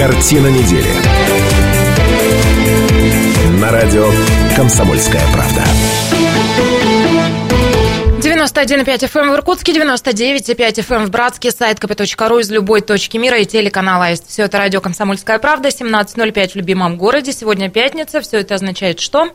Картина недели. На радио «Комсомольская правда». 91,5 FM в Иркутске, 99,5 FM в Братске, сайт kp.ru из любой точки мира и телеканал АИСТ. Все это радио «Комсомольская правда», 17:05 в любимом городе. Сегодня пятница. Все это означает что?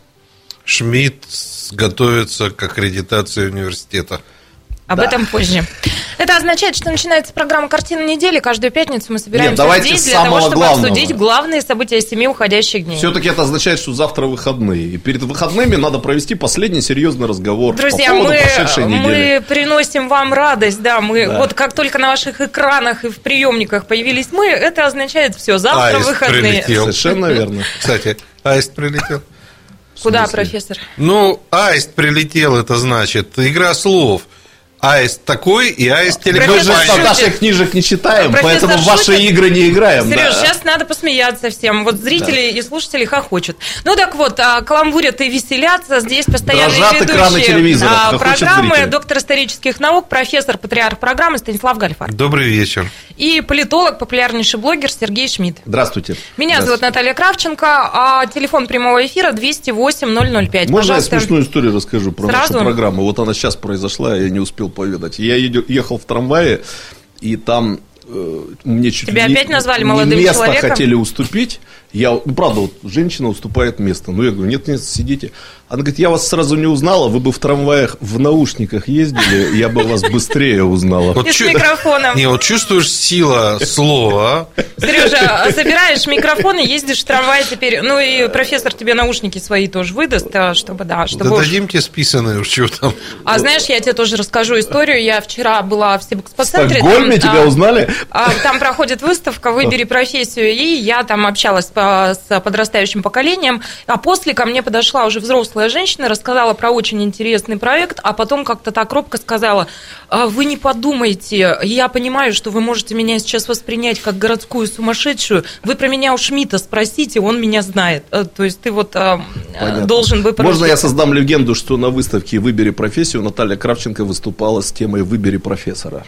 Шмидт готовится к аккредитации университета. Об этом позже. Это означает, что начинается программа «Картина недели». Каждую пятницу мы собираемся здесь для того, чтобы обсудить главные события 7 уходящих дней. Все-таки это означает, что завтра выходные. И перед выходными надо провести последний серьезный разговор. Друзья, по поводу прошедшей недели. Мы приносим вам радость. Да, вот как только на ваших экранах и в приемниках появились мы, это означает все, завтра Аист выходные. Прилетел. Совершенно верно. Кстати, Аист прилетел. Куда, профессор? Ну, Аист прилетел, это значит игра слов. Аист такой и аист телекомпания. Мы же наших книжек не читаем, Профессор поэтому в ваши шутит. игры не играем. Сереж, да. сейчас надо посмеяться всем. Вот зрители и слушатели хохочут. Ну так вот, каламбурят и веселятся. Здесь постоянные Дрожат экраны телевизора, ведущие хохочут программы, зрители. доктор исторических наук, профессор, патриарх программы Станислав Гальфар. Добрый вечер. И политолог, популярнейший блогер Сергей Шмидт. Здравствуйте. Меня зовут Наталья Кравченко, а телефон прямого эфира 208-005. Можно Пожалуйста. я смешную историю расскажу про Сразу? нашу программу? Вот она сейчас произошла, я не успел поведать. Я ехал в трамвае, и там мне чуть Тебя ли опять назвали не молодым место человеком? хотели уступить. Правда, вот женщина уступает место. Ну, я говорю, нет, сидите. Она говорит, я вас сразу не узнала, вы бы в трамваях в наушниках ездили, я бы вас быстрее узнала. И с микрофоном. Не, вот чувствуешь сила слова. Сережа, собираешь микрофон и ездишь в трамвае теперь. Ну и профессор тебе наушники свои тоже выдаст, чтобы Да уж... дадим тебе списанные уж, чего там. А знаешь, я тебе тоже расскажу историю. Я вчера была в В Сибэкспоцентре. Стокгольме тебя узнали? Там проходит выставка «Выбери профессию», и я там общалась с подрастающим поколением, а после ко мне подошла уже взрослая женщина, рассказала про очень интересный проект, а потом как-то так робко сказала: вы не подумайте, я понимаю, что вы можете меня сейчас воспринять как городскую сумасшедшую, вы про меня у Шмидта спросите, он меня знает. То есть ты вот должен бы... Можно я создам легенду, что на выставке «Выбери профессию» Наталья Кравченко выступала с темой «Выбери профессора».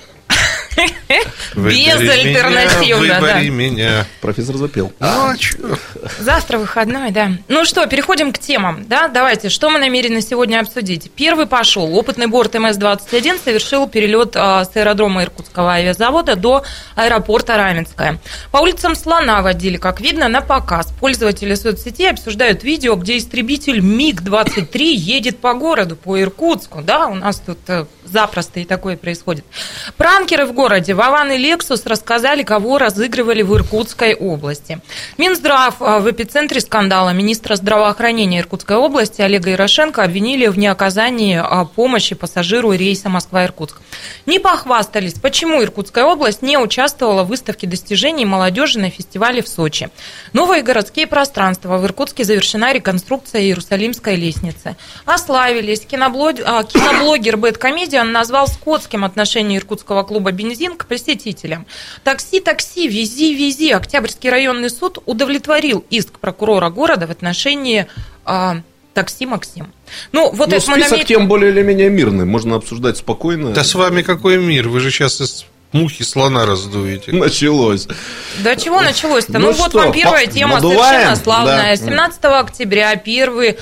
Безальтернативно, Выбери меня. Профессор запел. Ну, а что? Завтра выходной, да. Ну что, переходим к темам, да? Давайте, что мы намерены сегодня обсудить? Первый пошел. Опытный борт МС-21 совершил перелет с аэродрома Иркутского авиазавода до аэропорта Раменское. По улицам Слона водили, как видно, на показ. Пользователи соцсетей обсуждают видео, где истребитель МиГ-23 едет по городу, по Иркутску. Да, у нас тут запросто и такое происходит. Пранкеры в городе Вован и Лексус рассказали, кого разыгрывали в Иркутской области. Минздрав в эпицентре скандала министра здравоохранения Иркутской области Олега Ярошенко обвинили в неоказании помощи пассажиру рейса Москва-Иркутск. Не похвастались, почему Иркутская область не участвовала в выставке достижений молодежи на фестивале в Сочи. Новые городские пространства. В Иркутске завершена реконструкция Иерусалимской лестницы. Ославились. Киноблогер Бэдкомедиан назвал скотским отношение иркутского клуба «Бензин» к посетителям. Такси, вези. Октябрьский районный суд удовлетворил иск прокурора города в отношении такси «Максим». Ну, вот это список тем более или менее мирный, можно обсуждать спокойно. Да с вами какой мир? Вы же сейчас из мухи слона раздуете. Началось. Да чего началось-то? Ну вот что, вам первая тема надуваем? совершенно славная. Да. 17 октября первый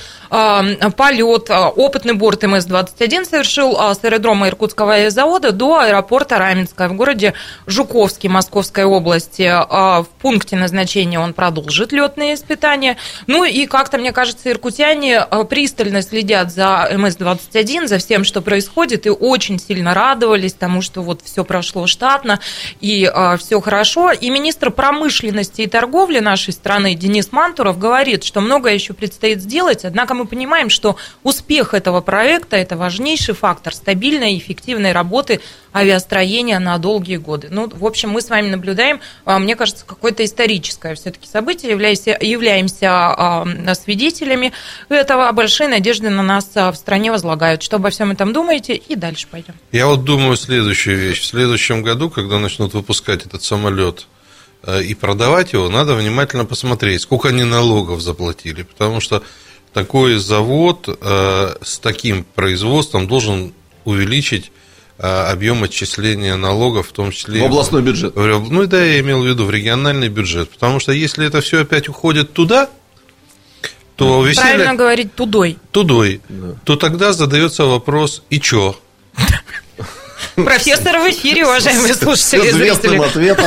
полет, опытный борт МС-21 совершил с аэродрома Иркутского авиазавода до аэропорта Раменское в городе Жуковский Московской области. В пункте назначения он продолжит летные испытания. Ну и как-то, мне кажется, иркутяне пристально следят за МС-21, за всем, что происходит, и очень сильно радовались тому, что вот все прошло штатно и все хорошо. И министр промышленности и торговли нашей страны Денис Мантуров говорит, что многое еще предстоит сделать, однако мы понимаем, что успех этого проекта – это важнейший фактор стабильной и эффективной работы авиастроения на долгие годы. Ну, в общем, мы с вами наблюдаем, мне кажется, какое-то историческое все-таки событие, являемся свидетелями этого, большие надежды на нас в стране возлагают. Что обо всем этом думаете? И дальше пойдем. Я вот думаю следующую вещь. В следующем году, когда начнут выпускать этот самолет и продавать его, надо внимательно посмотреть, сколько они налогов заплатили, потому что такой завод с таким производством должен увеличить объем отчисления налогов, в том числе... В областной бюджет. Ну, да, я имел в виду в региональный бюджет. Потому что если это все опять уходит туда, то веселье... Правильно говорить тудой. Тудой. Да. То тогда задается вопрос, и чё? Профессор в эфире, уважаемые слушатели и зрители. С известным ответом.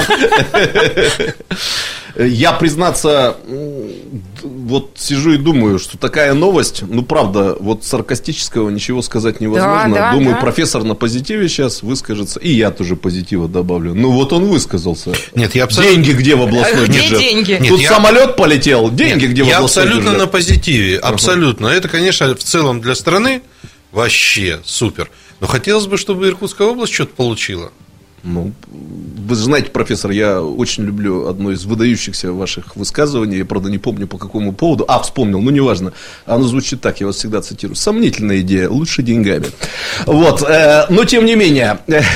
Я, признаться, вот сижу и думаю, что такая новость, ну, правда, вот саркастического ничего сказать невозможно. Да, думаю, профессор на позитиве сейчас выскажется, и я тоже позитива добавлю. Ну, вот он высказался. Нет, я абсолютно... Деньги где в областной бюджет? Где деньги? Нет, тут самолет полетел, деньги где в областной бюджет? Я абсолютно на позитиве, абсолютно. Это, конечно, в целом для страны вообще супер. Но хотелось бы, чтобы Иркутская область что-то получила. Ну, вы знаете, профессор, я очень люблю одно из выдающихся ваших высказываний. Я, правда, не помню по какому поводу. Вспомнил, ну, неважно. Оно звучит так, я вас всегда цитирую. Сомнительная идея, лучше деньгами. Вот, но тем не менее,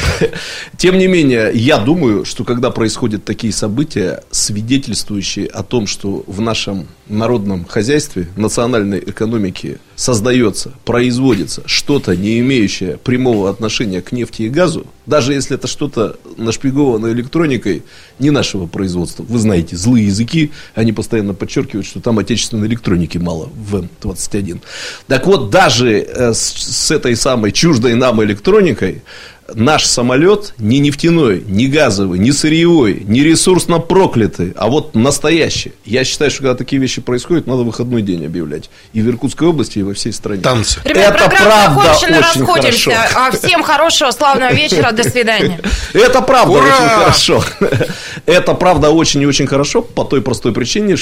я думаю, что когда происходят такие события, свидетельствующие о том, что в нашем народном хозяйстве, национальной экономике создается, производится что-то, не имеющее прямого отношения к нефти и газу, даже если это что-то нашпиговано электроникой не нашего производства. Вы знаете, злые языки, они постоянно подчеркивают, что там отечественной электроники мало в М-21. Так вот, даже с этой самой чуждой нам электроникой наш самолет не нефтяной, не газовый, не сырьевой, не ресурсно проклятый, а вот настоящий. Я считаю, что когда такие вещи происходят, надо выходной день объявлять. И в Иркутской области, и во всей стране. Танцы. Ребят, это правда очень расходимся. хорошо. Всем хорошего, славного вечера, до свидания. Это правда очень хорошо. Это правда очень и очень хорошо по той простой причине,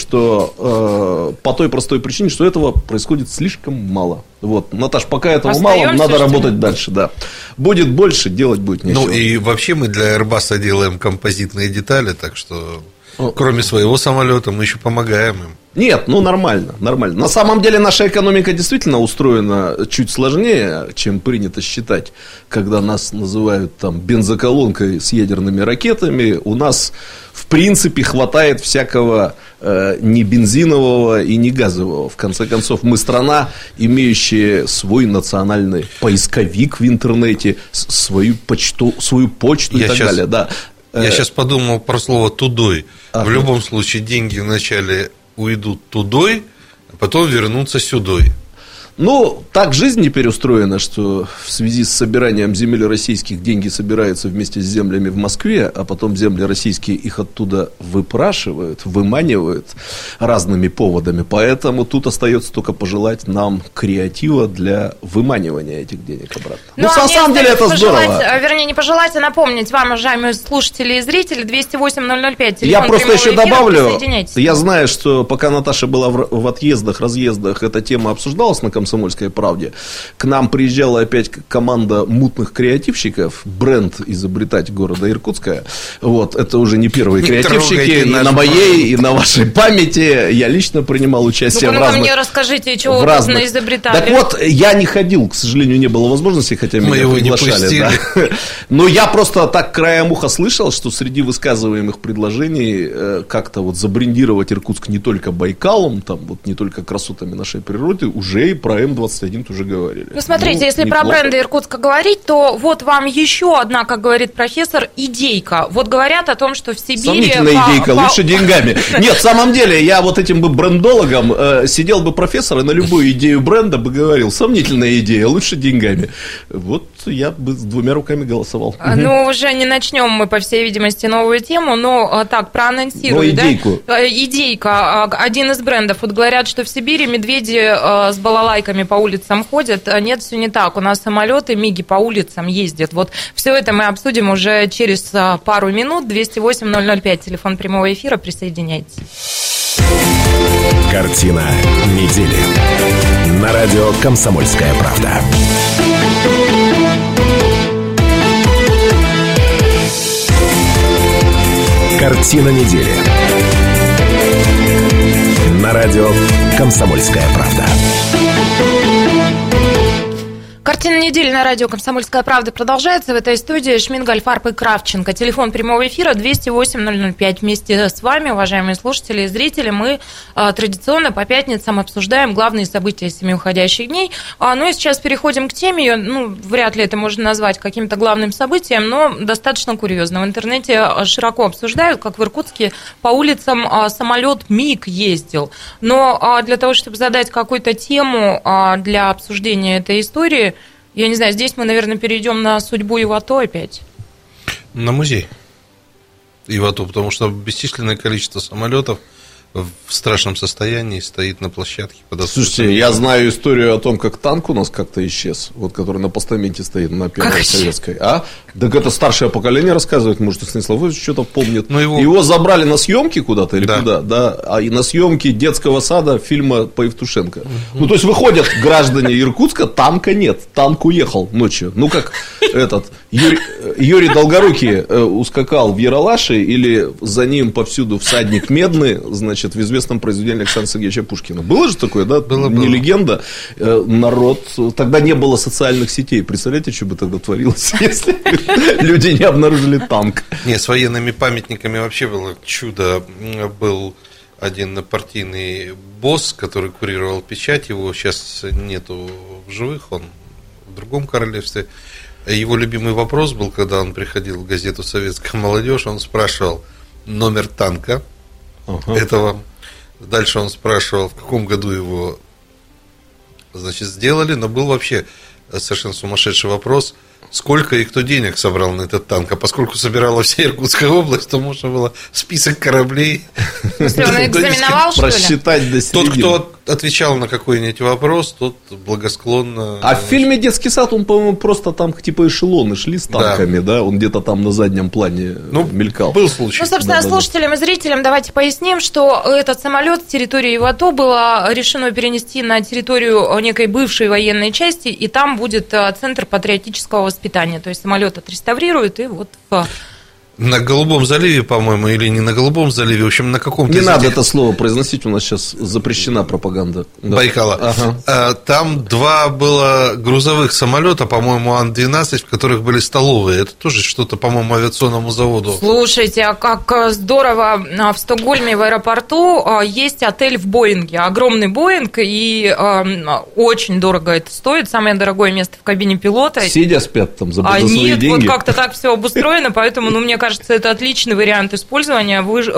что этого происходит слишком мало. Вот, Наташ, пока этого мало, надо работать дальше, да. Будет больше, делать будет нечего. Ну и вообще мы для Airbus делаем композитные детали, так что кроме своего самолета мы еще помогаем им. Нет, ну нормально. На самом деле наша экономика действительно устроена чуть сложнее, чем принято считать. Когда нас называют там бензоколонкой с ядерными ракетами, у нас в принципе хватает всякого не бензинового и не газового. В конце концов, мы страна, имеющая свой национальный поисковик в интернете, свою почту и так далее. Да. Я сейчас подумал про слово «тудой». В любом случае деньги вначале уйдут тудой, а потом вернутся сюдой. Ну, так жизнь теперь устроена, что в связи с собиранием земель российских деньги собираются вместе с землями в Москве, а потом земли российские их оттуда выпрашивают, выманивают разными поводами. Поэтому тут остается только пожелать нам креатива для выманивания этих денег обратно. Ну, на самом деле это здорово. Вернее, не пожелать, а напомнить вам, уважаемые слушатели и зрители, 208-005. Я просто еще добавлю, я знаю, что пока Наташа была в отъездах, разъездах, эта тема обсуждалась на «Комсомольской правде». К нам приезжала опять команда мутных креативщиков, бренд изобретать города Иркутска. Вот, это уже не первые креативщики, и на моей, и на вашей памяти. Я лично принимал участие в разных... мне расскажите, чего вы изобретали. Так вот, я не ходил, к сожалению, не было возможности, хотя мы меня приглашали. Да. Но я просто так краем уха слышал, что среди высказываемых предложений как-то вот забрендировать Иркутск не только Байкалом, там вот не только красотами нашей природы, уже и про М-21 тоже говорили. Ну, смотрите, если неплохо. Про бренды Иркутска говорить, то вот вам еще одна, как говорит профессор, идейка. Вот говорят о том, что в Сибири... Сомнительная идейка, лучше деньгами. Нет, в самом деле, я вот этим бы брендологом сидел бы профессор и на любую идею бренда бы говорил, сомнительная идея, лучше деньгами. Вот я бы с двумя руками голосовал. Ну, уже не начнем мы, по всей видимости, новую тему, но так, проанонсирую. Идейку. Да? Идейка. Один из брендов. Вот говорят, что в Сибири медведи с балалайками по улицам ходят. Нет, все не так. У нас самолеты, миги по улицам ездят. Вот все это мы обсудим уже через пару минут. 208-005, телефон прямого эфира. Присоединяйтесь. Картина недели. На радио «Комсомольская правда». Картина недели. На радио «Комсомольская правда». Картина недели на радио «Комсомольская правда» продолжается. В этой студии Шмигаль, Фарб и Кравченко. Телефон прямого эфира 208-005. Вместе с вами, уважаемые слушатели и зрители, мы традиционно по пятницам обсуждаем главные события 7 уходящих дней. Ну и сейчас переходим к теме. Вряд ли это можно назвать каким-то главным событием, но достаточно курьезно. В интернете широко обсуждают, как в Иркутске по улицам самолет МиГ ездил. Но для того, чтобы задать какую-то тему для обсуждения этой истории, я не знаю, здесь мы, наверное, перейдем на судьбу Ивато опять. На музей Ивато, потому что бесчисленное количество самолетов в страшном состоянии стоит на площадке. Слушайте, я знаю историю о том, как танк у нас как-то исчез, вот который на постаменте стоит на Первой Советской. Так это старшее поколение рассказывает, может, Станислав Ильич что-то помнит. Его забрали на съемки куда-то или куда? Да, и на съемки детского сада фильма по Евтушенко. То есть выходят граждане Иркутска, танка нет, танк уехал ночью. Как этот Юрий Долгорукий ускакал в Яралаши, или за ним повсюду всадник медный, значит, в известном произведении Александра Сергеевича Пушкина. Было же такое, да? Было. Не легенда. Народ... Тогда не было социальных сетей. Представляете, что бы тогда творилось, если люди не обнаружили танк? Не, с военными памятниками вообще было чудо. Был один партийный босс, который курировал печать. Его сейчас нету в живых, он в другом королевстве. Его любимый вопрос был, когда он приходил в газету «Советская молодежь», он спрашивал номер танка этого. Дальше он спрашивал, в каком году его, значит, сделали. Но был вообще совершенно сумасшедший вопрос, сколько и кто денег собрал на этот танк. А поскольку собирала вся Иркутская область, то можно было список кораблей. Он экзаменовал, что ли? Просчитать до середины. Тот, кто отвечал на какой-нибудь вопрос, тот благосклонно... А в фильме «Детский сад» он, по-моему, просто там типа эшелоны шли с танками, да? Он где-то там на заднем плане мелькал. Был случай. Собственно, слушателям и зрителям давайте поясним, что этот самолет с территории Ивато было решено перенести на территорию некой бывшей военной части, и там будет центр патриотического воспитания. То есть самолет отреставрируют, и вот в... На Голубом заливе, по-моему, или не на Голубом заливе, в общем, на каком-то... Не надо это слово произносить, у нас сейчас запрещена пропаганда. Байкала. Ага. Там 2 было грузовых самолета, по-моему, Ан-12, в которых были столовые. Это тоже что-то, по-моему, авиационному заводу. Слушайте, а как здорово, в Стокгольме в аэропорту есть отель в Боинге. Огромный Боинг, и очень дорого это стоит. Самое дорогое место в кабине пилота. Сидя спят там за свои нет, деньги. Вот как-то так все обустроено, поэтому, мне кажется, это отличный вариант использования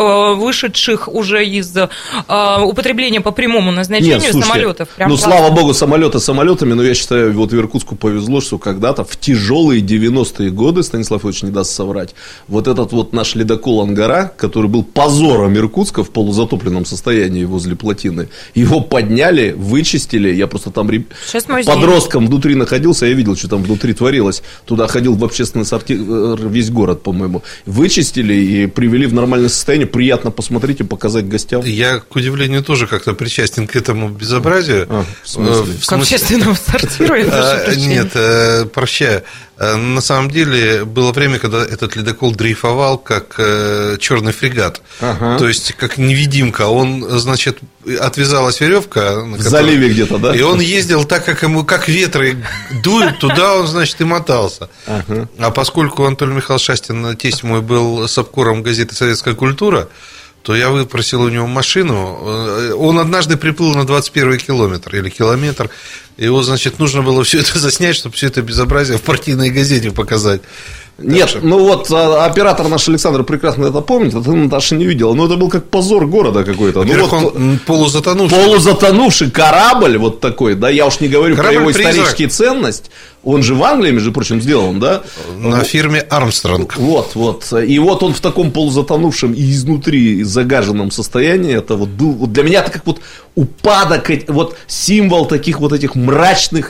вышедших уже из употребления по прямому назначению самолетов. Слава богу, самолеты самолетами, но я считаю, вот в Иркутску повезло, что когда-то в тяжелые 90-е годы, Станислав Ильич не даст соврать, вот этот вот наш ледокол «Ангара», который был позором Иркутска в полузатопленном состоянии возле плотины, его подняли, вычистили, я просто там подростком внутри находился, я видел, что там внутри творилось, туда ходил в общественный сортир весь город, по-моему. Вычистили и привели в нормальное состояние. Приятно посмотреть и показать гостям. Я, к удивлению, тоже как-то причастен к этому безобразию. В смысле? К общественному сортиру? Нет, прощаю. На самом деле было время, когда этот ледокол дрейфовал как черный фрегат. То есть как невидимка. Он, значит, отвязалась веревка в заливе где-то, да? И он ездил так, как ему, как ветры дуют, туда он, значит, и мотался. А поскольку Анатолий Михайлович Шастин, тесть мой, был сапкором газеты «Советская культура», то я выпросил у него машину. Он однажды приплыл на 21-й километр или километр. Его, значит, нужно было все это заснять, чтобы все это безобразие в партийной газете показать. Нет, оператор наш Александр прекрасно это помнит, а ты, Наташа, не видела. Но это был как позор города какой-то. Он полузатонувший. Полузатонувший корабль вот такой, да, я уж не говорю про его историческую ценность. Он же в Англии, между прочим, сделан, да? На фирме Армстронг. Вот. И вот он в таком полузатонувшем и изнутри загаженном состоянии. Это вот был, вот для меня это как вот упадок, вот символ таких вот этих мрачных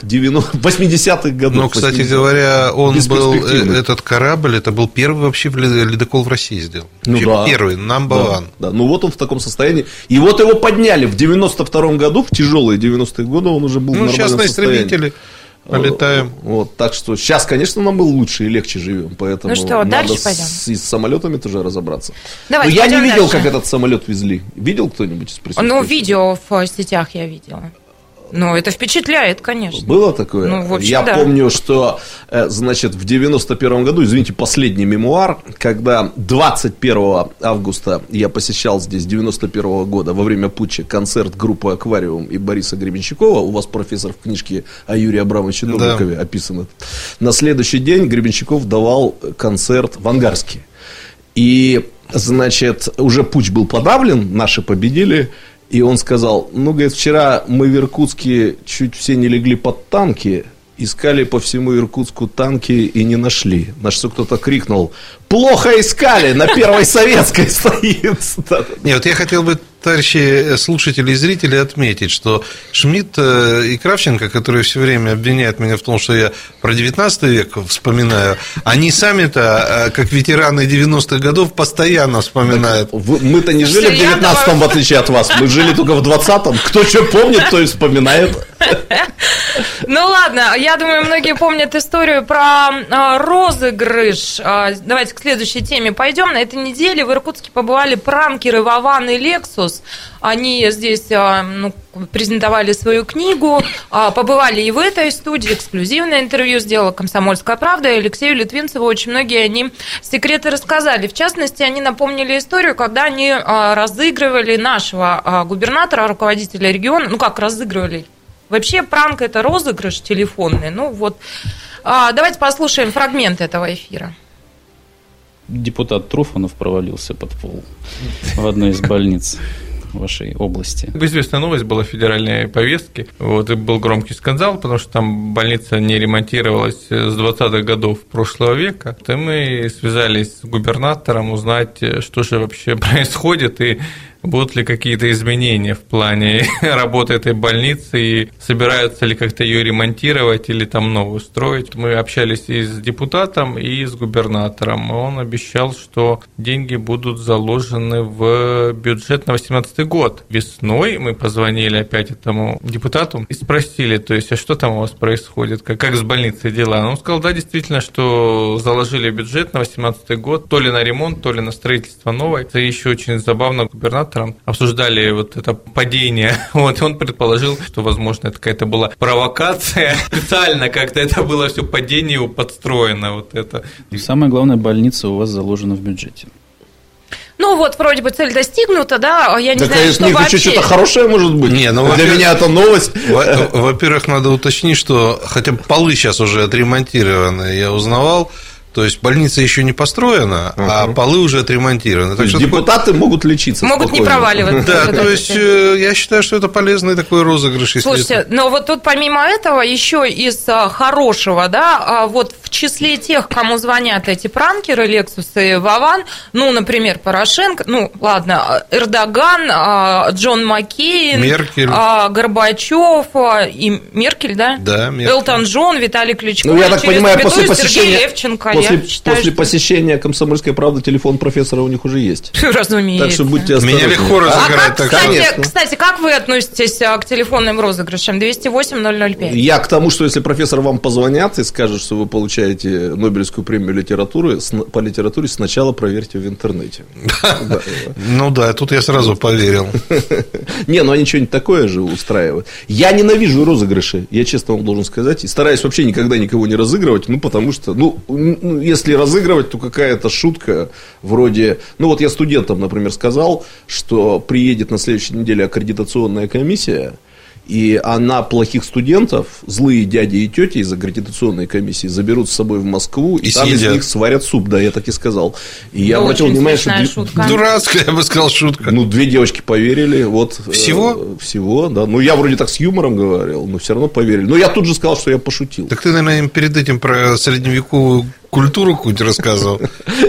80-х годов. Но, кстати говоря, он был, этот корабль, это был первый вообще ледокол в России сделан. Первый, number one. Да, ну вот он в таком состоянии. И вот его подняли в 92-м году, в тяжелые 90-е годы он уже был в нормальном состоянии. Сейчас на истребителе полетаем. Вот, так что сейчас, конечно, нам мы лучше и легче живем, поэтому надо с самолетами тоже разобраться. Но я не видел, как этот самолет везли. Видел кто-нибудь из присутствующих? Видео в сетях я видела. Ну, это впечатляет, конечно. Было такое? Ну, в общем, я да. помню, что, значит, в 91 году, извините, последний мемуар, когда 21 августа я посещал здесь, 91 года, во время путча, концерт группы «Аквариум» и Бориса Гребенщикова, у вас, профессор, в книжке о Юрии Абрамовиче Новикове описано. На следующий день Гребенщиков давал концерт в Ангарске. И, значит, уже путч был подавлен, наши победили. И он сказал, ну, говорит, вчера мы в Иркутске чуть все не легли под танки, искали по всему Иркутску танки и не нашли. На что кто-то крикнул, плохо искали, на Первой Советской стоит. Нет, вот я хотел бы, товарищи слушатели и зрители, отметить, что Шмидт и Кравченко, которые все время обвиняют меня в том, что я про 19 век вспоминаю, они сами-то, как ветераны 90-х годов, постоянно вспоминают. Мы-то не жили в 19-м, в отличие от вас, мы жили только в 20-м. Кто что помнит, то и вспоминает. Ну ладно, я думаю, многие помнят историю про розыгрыш. Давайте к следующей теме пойдем. На этой неделе в Иркутске побывали пранкеры Вован и Лексус. Они здесь презентовали свою книгу, побывали и в этой студии, эксклюзивное интервью сделала «Комсомольская правда», и Алексею Литвинцеву очень многие они секреты рассказали. В частности, они напомнили историю, когда они разыгрывали нашего губернатора, руководителя региона. Ну как разыгрывали? Вообще пранк – это розыгрыш телефонный. Ну вот, давайте послушаем фрагмент этого эфира. Депутат Труфанов провалился под пол в одной из больниц вашей области. Известная новость была в федеральной повестке. Вот, и был громкий скандал, потому что там больница не ремонтировалась с 20-х годов прошлого века. И мы связались с губернатором узнать, что же вообще происходит и будут ли какие-то изменения в плане работы этой больницы, и собираются ли как-то ее ремонтировать или там новую строить. Мы общались и с депутатом, и с губернатором. Он обещал, что деньги будут заложены в бюджет на 2018 год. Весной мы позвонили опять этому депутату и спросили, то есть, а что там у вас происходит, как с больницей дела? Он сказал, да, действительно, что заложили бюджет на 2018 год, то ли на ремонт, то ли на строительство новой. Это еще очень забавно. Губернатор обсуждали вот это падение. Вот, и он предположил, что, возможно, это какая-то была провокация. Специально как-то это было все падение подстроено. Вот это. И самая главная больница у вас заложена в бюджете. Ну вот, вроде бы цель достигнута, да, я не знаю, конечно, что вообще... что-то хорошее может быть. Не, ну, для меня это новость. Во-первых, надо уточнить, что хотя бы полы сейчас уже отремонтированы, я узнавал. То есть больница еще не построена, а полы уже отремонтированы. То есть депутаты могут лечиться. Могут не проваливаться. Да, то есть я считаю, что это полезный такой розыгрыш. Слушайте, но вот тут помимо этого еще из хорошего, да, вот в числе тех, кому звонят эти пранкеры, Лексус и Вован, ну, например, Порошенко, ну, ладно, Эрдоган, Джон Маккейн, Меркель, Горбачев и Меркель, да? Да, Меркель. Элтон Джон, Виталий Кличко. Ну, я так понимаю, после посещения... Левченко, После посещения «Комсомольской правды» телефон профессора у них уже есть. Разумеется. Так что будьте осторожны. Меня легко разыграть. Кстати, как вы относитесь к телефонным розыгрышам? 208-005. Я к тому, что если профессор вам позвонят и скажет, что вы получаете Нобелевскую премию литературы, по литературе сначала проверьте в интернете. Ну да, тут я сразу поверил. Не, ну они что-нибудь такое же устраивают. Я ненавижу розыгрыши, я честно вам должен сказать, и стараюсь вообще никогда никого не разыгрывать, ну потому что, если разыгрывать, то какая-то шутка вроде... Ну, вот я студентам, например, сказал, что приедет на следующей неделе аккредитационная комиссия, и она плохих студентов, злые дяди и тети из аккредитационной комиссии заберут с собой в Москву, и там из них сварят суп, да, я так и сказал. И я обратил внимание, что... Дурацкая, я бы сказал, шутка. Ну, 2 девочки поверили. Вот, всего? Всего, да. Ну, я вроде так с юмором говорил, но все равно поверили. Но я тут же сказал, что я пошутил. Так ты, наверное, им перед этим про средневековую культуру какую-нибудь рассказывал?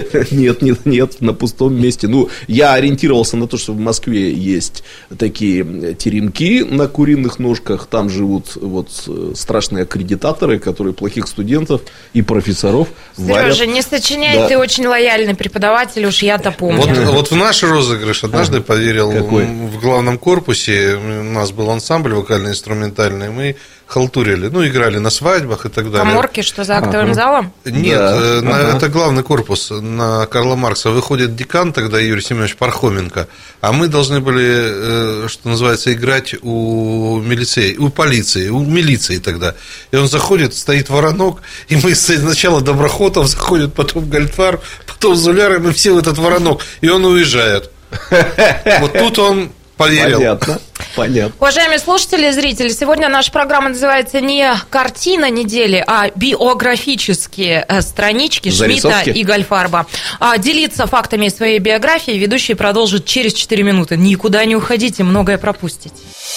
Нет, на пустом месте. Ну, я ориентировался на то, что в Москве есть такие теремки на куриных ножках, там живут вот страшные аккредитаторы, которые плохих студентов и профессоров варят. Сережа, не сочиняй, ты очень лояльный преподаватель, уж я-то помню. Вот в наш розыгрыш однажды поверил в главном корпусе, у нас был ансамбль вокально-инструментальный, мы халтурили. Ну, играли на свадьбах и так далее. Каморки, что за актовым залом? Нет, это главный корпус на Карла Маркса. Выходит декан тогда Юрий Семенович Пархоменко, а мы должны были, что называется, играть у милиции тогда. И он заходит, стоит Воронок, и мы сначала Доброхотов заходит, потом Гольдфарб, потом Зуляр, и мы все в этот Воронок, и он уезжает. Вот тут он поверил. Понятно. Уважаемые слушатели и зрители, сегодня наша программа называется не «Картина недели», а биографические странички Шмидта и Гольдфарба. Делиться фактами своей биографии ведущий продолжит через 4 минуты. Никуда не уходите, многое пропустите.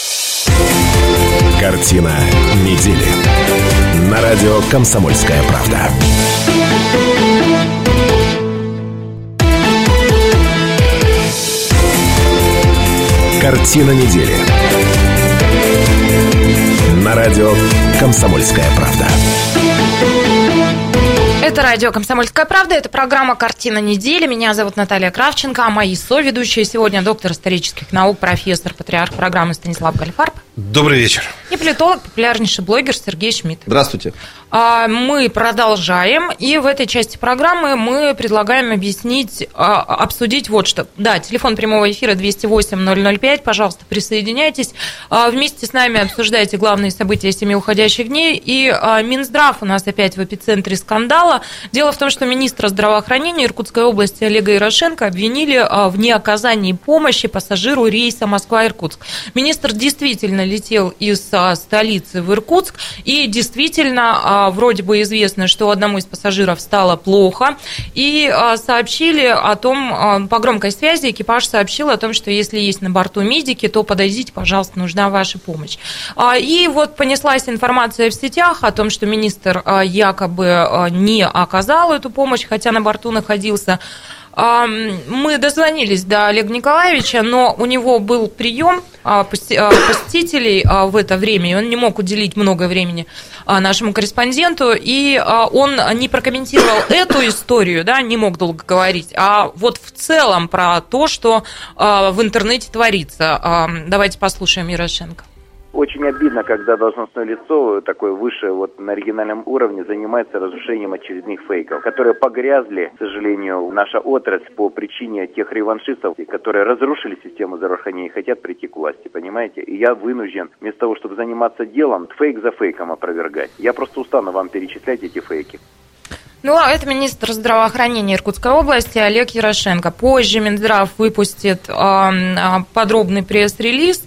Картина недели. На радио «Комсомольская правда». Картина недели. На радио «Комсомольская правда». Это радио «Комсомольская правда», это программа «Картина недели». Меня зовут Наталья Кравченко, а мои соведущие сегодня доктор исторических наук, профессор, патриарх программы Станислав Гольдфарб. Добрый вечер. И политолог, популярнейший блогер Сергей Шмидт. Здравствуйте. Мы продолжаем, и в этой части программы мы предлагаем обсудить вот что. Да, телефон прямого эфира 208-005, пожалуйста, присоединяйтесь. Вместе с нами обсуждайте главные события 7 уходящих дней. И Минздрав у нас опять в эпицентре скандала. Дело в том, что министра здравоохранения Иркутской области Олега Ярошенко обвинили в неоказании помощи пассажиру рейса Москва-Иркутск. Министр действительно летел из столицы в Иркутск, и действительно вроде бы известно, что одному из пассажиров стало плохо, и сообщили о том, по громкой связи экипаж сообщил о том, что если есть на борту медики, то подойдите, пожалуйста, нужна ваша помощь. И вот понеслась информация в сетях о том, что министр якобы не оказал эту помощь, хотя на борту находился. Мы дозвонились до Олега Николаевича, но у него был прием посетителей в это время, и он не мог уделить много времени нашему корреспонденту, и он не прокомментировал эту историю, да, не мог долго говорить, а вот в целом про то, что в интернете творится. Давайте послушаем Ярошенко. Очень обидно, когда должностное лицо, такое высшее, вот на региональном уровне, занимается разрушением очередных фейков, которые погрязли, к сожалению, наша отрасль по причине тех реваншистов, которые разрушили систему здравоохранения и хотят прийти к власти, понимаете? И я вынужден, вместо того, чтобы заниматься делом, фейк за фейком опровергать. Я просто устану вам перечислять эти фейки. Ну, это министр здравоохранения Иркутской области Олег Ярошенко. Позже Минздрав выпустит подробный пресс-релиз.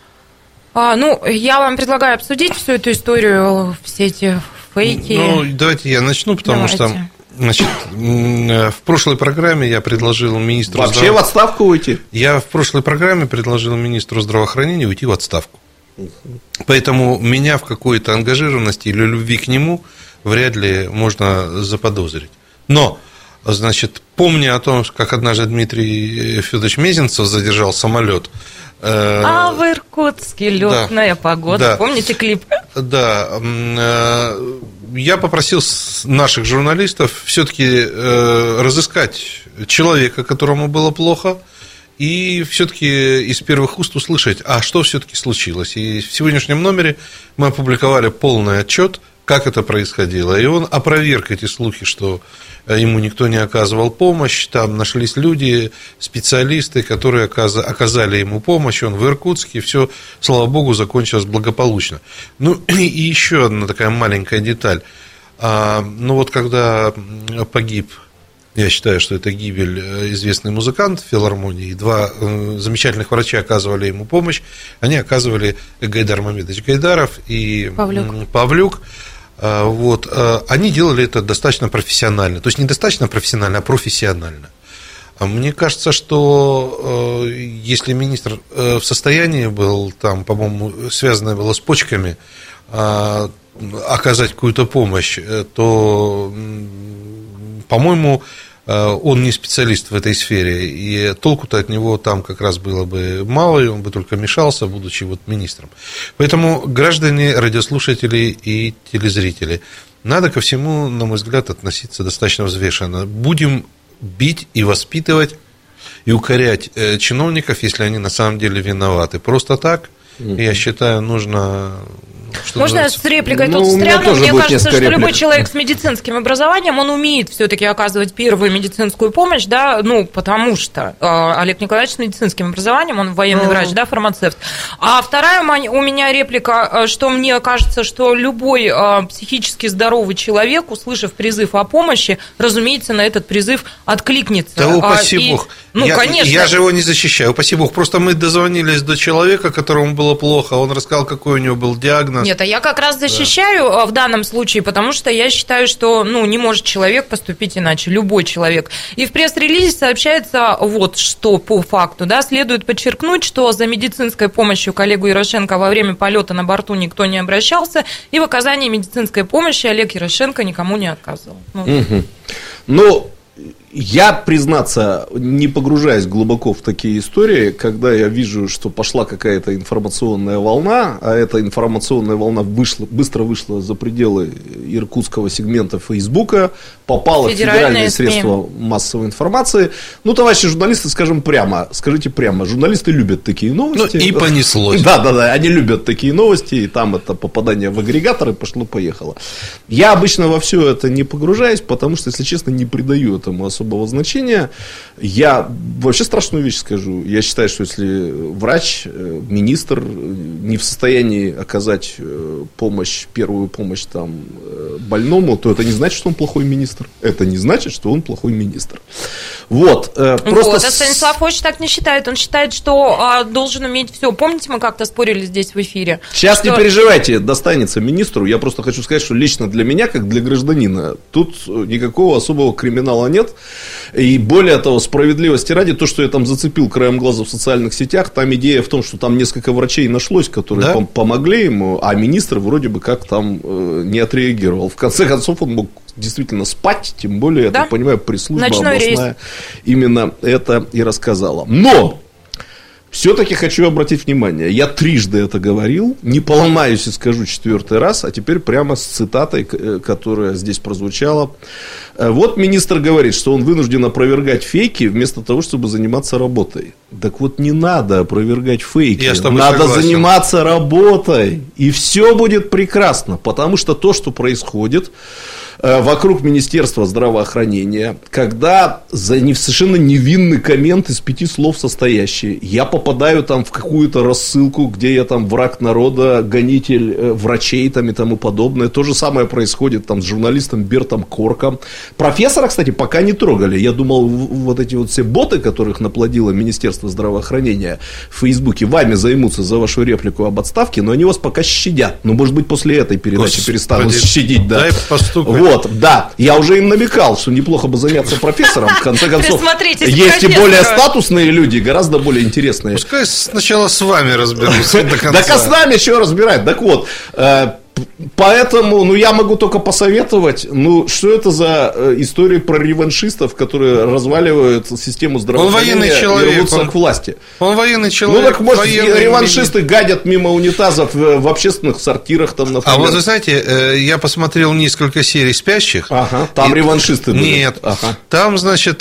Я вам предлагаю обсудить всю эту историю, все эти фейки. Давайте я начну, потому что, значит, в прошлой программе я предложил министру... Вообще в отставку уйти? Я в прошлой программе предложил министру здравоохранения уйти в отставку. Поэтому меня в какой-то ангажированности или любви к нему вряд ли можно заподозрить. Но, значит, помня о том, как однажды Дмитрий Федорович Мезенцев задержал самолет. В Иркутске летная погода. Да. Помните клип? Да. Я попросил наших журналистов все-таки разыскать человека, которому было плохо, и все-таки из первых уст услышать, а что все-таки случилось. И в сегодняшнем номере мы опубликовали полный отчет, как это происходило. И он опроверг эти слухи, что ему никто не оказывал помощь. Там нашлись люди, специалисты, которые оказали ему помощь. Он в Иркутске, все, слава богу, закончилось благополучно. И еще одна такая маленькая деталь. Когда погиб, я считаю, что это гибель, известный музыкант в филармонии, и два замечательных врача оказывали ему помощь. Они оказывали Гайдар Мамедович Гайдаров и Павлюк. Они делали это достаточно профессионально. То есть не достаточно профессионально, а профессионально. Мне кажется, что если министр в состоянии был, там, по-моему, связанное было с почками, оказать какую-то помощь, то, по-моему, он не специалист в этой сфере, и толку-то от него там как раз было бы мало, и он бы только мешался, будучи министром. Поэтому, граждане, радиослушатели и телезрители, надо ко всему, на мой взгляд, относиться достаточно взвешенно. Будем бить и воспитывать, и укорять чиновников, если они на самом деле виноваты. Просто так, я считаю, нужно Что Можно я называется. с репликой Ну, тут у меня встряну? тоже Мне будет кажется, несколько что любой реплик. человек с медицинским образованием, он умеет все-таки оказывать первую медицинскую помощь, да, ну, потому что Олег Николаевич с медицинским образованием, он военный врач, да, фармацевт. А вторая у меня реплика, что мне кажется, что любой психически здоровый человек, услышав призыв о помощи, разумеется, на этот призыв откликнется. Да упаси бог. Ну, конечно. Я же его не защищаю, упаси бог. Просто мы дозвонились до человека, которому было плохо, он рассказал, какой у него был диагноз. Нет, а я как раз защищаю в данном случае, потому что я считаю, что не может человек поступить иначе, любой человек. И в пресс-релизе сообщается вот что по факту. Да, следует подчеркнуть, что за медицинской помощью к Олегу Ярошенко во время полета на борту никто не обращался, и в оказании медицинской помощи Олег Ярошенко никому не отказывал. Ну, я, признаться, не погружаясь глубоко в такие истории, когда я вижу, что пошла какая-то информационная волна, а эта информационная волна быстро вышла за пределы иркутского сегмента Фейсбука, попала в федеральные средства массовой информации. Ну, товарищи журналисты, скажите прямо, журналисты любят такие новости. Ну, и понеслось. Да, они любят такие новости, и там это попадание в агрегаторы пошло-поехало. Я обычно во все это не погружаюсь, потому что, если честно, не придаю этому особого значения. Я вообще страшную вещь скажу. Я считаю, что если врач, министр не в состоянии оказать первую помощь там, больному, то это не значит, что он плохой министр. Это не значит, что он плохой министр. Вот. А Станислав Фоч так не считает. Он считает, что должен уметь все. Помните, мы как-то спорили здесь в эфире? Сейчас не переживайте, достанется министру. Я просто хочу сказать, что лично для меня, как для гражданина, тут никакого особого криминала нет. И более того, справедливости ради, то, что я там зацепил краем глаза в социальных сетях, там идея в том, что там несколько врачей нашлось, которые помогли ему, а министр вроде бы как там не отреагировал. В конце концов, он мог действительно спать, тем более, я так понимаю, пресс-служба областная именно это и рассказала. Но! Все-таки хочу обратить внимание, я трижды это говорил, не поломаюсь и скажу 4-й раз, а теперь прямо с цитатой, которая здесь прозвучала. Вот министр говорит, что он вынужден опровергать фейки вместо того, чтобы заниматься работой. Так вот, не надо опровергать фейки, надо заниматься работой, и все будет прекрасно, потому что то, что происходит вокруг Министерства здравоохранения, когда за совершенно невинный коммент из 5 слов состоящий, я попадаю там в какую-то рассылку, где я там враг народа, гонитель врачей там и тому подобное. То же самое происходит там с журналистом Бертом Корком. Профессора, кстати, пока не трогали. Я думал, вот эти вот все боты, которых наплодило Министерство здравоохранения в Фейсбуке, вами займутся за вашу реплику об отставке, но они вас пока щадят. Ну, может быть, после этой передачи перестанут щадить. Да. Дай постукать. Вот, да. Я уже им намекал, что неплохо бы заняться профессором. В конце концов, есть и более статусные люди, гораздо более интересные. Пускай сначала с вами разберутся до конца. Так а с нами еще разбирать. Так вот, поэтому, я могу только посоветовать, что это за истории про реваншистов, которые разваливают систему здравоохранения и рвутся к власти. Он военный человек. Так может, реваншисты гадят мимо унитазов в общественных сортирах там, например. А вот вы знаете, я посмотрел несколько серий «Спящих». Ага, там реваншисты были. Нет, там, значит,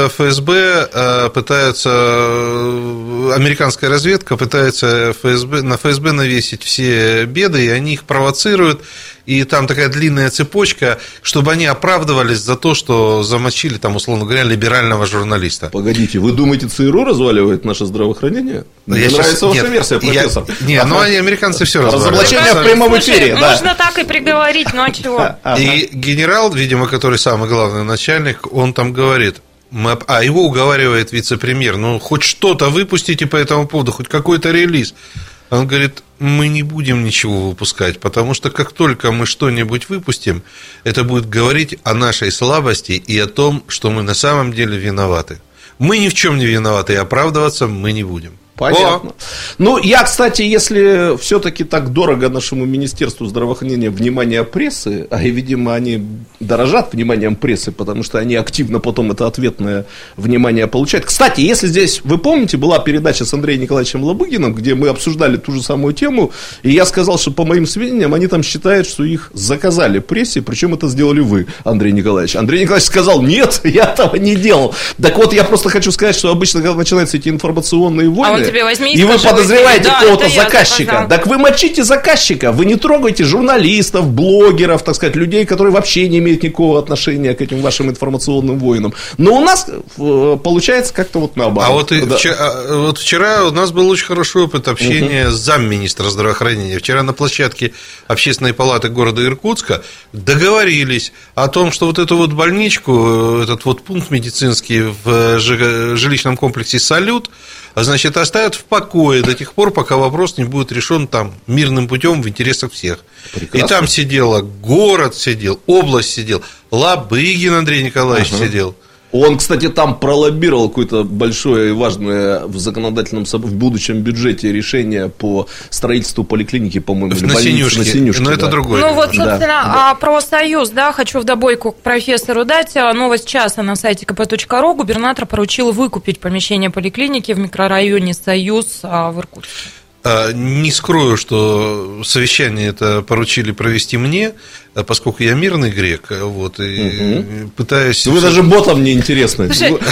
ФСБ пытаются, американская разведка пытается на ФСБ навесить все беды, и они их провоцируют. И там такая длинная цепочка, чтобы они оправдывались за то, что замочили, там, условно говоря, либерального журналиста. Погодите, вы думаете, ЦРУ разваливает наше здравоохранение? Мне нравится ваша версия, профессор. Нет, американцы все разваливают. Разоблачение в прямом эфире. Можно так и приговорить, а чего? И генерал, видимо, который самый главный начальник, он там говорит, его уговаривает вице-премьер, хоть что-то выпустите по этому поводу, хоть какой-то релиз. Он говорит, мы не будем ничего выпускать, потому что как только мы что-нибудь выпустим, это будет говорить о нашей слабости и о том, что мы на самом деле виноваты. Мы ни в чем не виноваты, и оправдываться мы не будем. Понятно. Я, кстати, если все-таки так дорого нашему Министерству здравоохранения внимание прессы, а, видимо, они дорожат вниманием прессы, потому что они активно потом это ответное внимание получают. Кстати, если здесь, вы помните, была передача с Андреем Николаевичем Лобыгиным, где мы обсуждали ту же самую тему, и я сказал, что, по моим сведениям, они там считают, что их заказали прессе, причем это сделали вы, Андрей Николаевич. Андрей Николаевич сказал, нет, я этого не делал. Так вот, я просто хочу сказать, что обычно, когда начинаются эти информационные войны, тебе, возьми и вы скажи, подозреваете да, какого-то это я заказчика. заказал. Так вы мочите заказчика, вы не трогайте журналистов, блогеров, так сказать, людей, которые вообще не имеют никакого отношения к этим вашим информационным войнам. Но у нас получается как-то вот наоборот. Вот вчера у нас был очень хороший опыт общения с замминистра здравоохранения. Вчера на площадке Общественной палаты города Иркутска договорились о том, что вот эту вот больничку, этот вот пункт медицинский в жилищном комплексе «Салют», значит, оставят в покое до тех пор, пока вопрос не будет решен там мирным путем в интересах всех. Прекрасно. И там сидела город, сидел, область сидел, Лобыгин Андрей Николаевич сидел. Он, кстати, там пролоббировал какое-то большое и важное в законодательном, в будущем бюджете решение по строительству поликлиники, по-моему, или больницы на Синюшке. Но это другое. Ну вот, собственно, про Союз, да, хочу в добойку к профессору дать. Новость часа на сайте kp.ru. Губернатор поручил выкупить помещение поликлиники в микрорайоне Союз в Иркутске. Не скрою, что совещание это поручили провести мне, поскольку я мирный грек, вот, и пытаюсь... Вы даже ботам не интересны.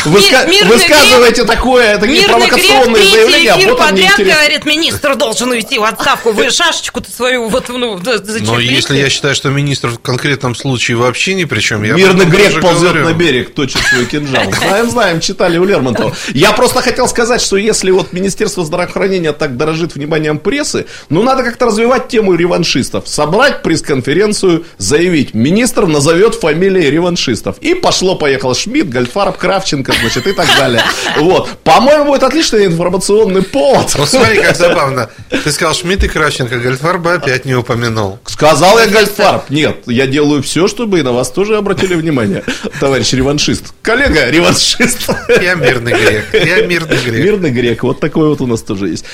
Высказываете такие провокационные заявления, а ботам не интересно. Говорит, министр должен уйти в отставку. Вы шашечку-то свою зачем? Но если я считаю, что министр в конкретном случае вообще ни при чем, я... Мирный грек ползет на берег, точит свой кинжал. Знаем, читали у Лермонтова. Я просто хотел сказать, что если вот Министерство здравоохранения так дорожит вниманием прессы, надо как-то развивать тему реваншистов. Собрать пресс-конференцию, заявить, министр назовет фамилии реваншистов. И пошло-поехало Шмидт, Гольдфарб, Кравченко, значит, и так далее. Вот. По-моему, будет отличный информационный повод. Вот смотри, как забавно. Ты сказал Шмидт и Кравченко, Гольдфарба опять не упомянул. Сказал я Гольдфарб. Нет, я делаю все, чтобы и на вас тоже обратили внимание, товарищ реваншист. Коллега реваншист. Я мирный грек. Мирный грек. Вот такой вот у нас тоже есть.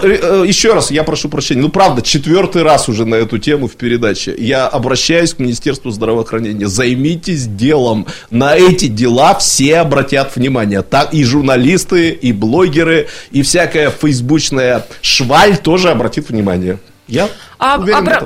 Еще раз, я прошу прощения. Правда, 4-й раз уже на эту тему в передаче. Я обращаюсь к Министерству здравоохранения. Займитесь делом. На эти дела все обратят внимание. Так и журналисты, и блогеры, и всякая фейсбучная шваль тоже обратит внимание. Я уверен в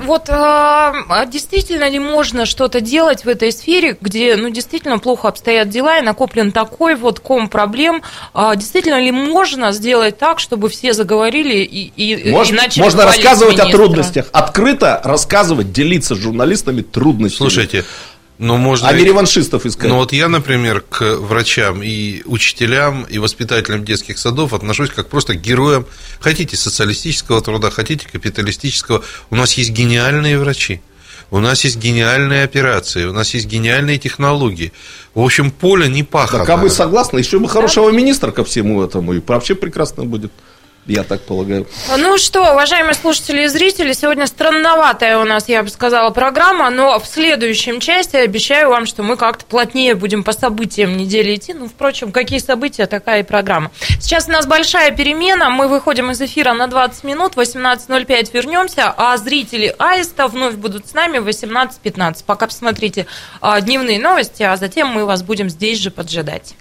этом. Действительно ли можно что-то делать в этой сфере, где действительно плохо обстоят дела и накоплен такой вот ком проблем? Действительно ли можно сделать так, чтобы все заговорили и начали можно рассказывать о трудностях, открыто рассказывать, делиться с журналистами трудностями. Слушайте, можно... А не реваншистов искать. Вот я, например, к врачам и учителям, и воспитателям детских садов отношусь как просто к героям. Хотите социалистического труда, хотите капиталистического. У нас есть гениальные врачи. У нас есть гениальные операции, у нас есть гениальные технологии. В общем, поле не пахано. Так, а вы согласны? Еще бы хорошего министра ко всему этому, и вообще прекрасно будет. Я так полагаю. Ну что, уважаемые слушатели и зрители, сегодня странноватая у нас, я бы сказала, программа, но в следующем части обещаю вам, что мы как-то плотнее будем по событиям недели идти. Впрочем, какие события, такая и программа. Сейчас у нас большая перемена, мы выходим из эфира на 20 минут, в 18:05 вернемся, а зрители Аиста вновь будут с нами в 18:15. Пока посмотрите дневные новости, а затем мы вас будем здесь же поджидать.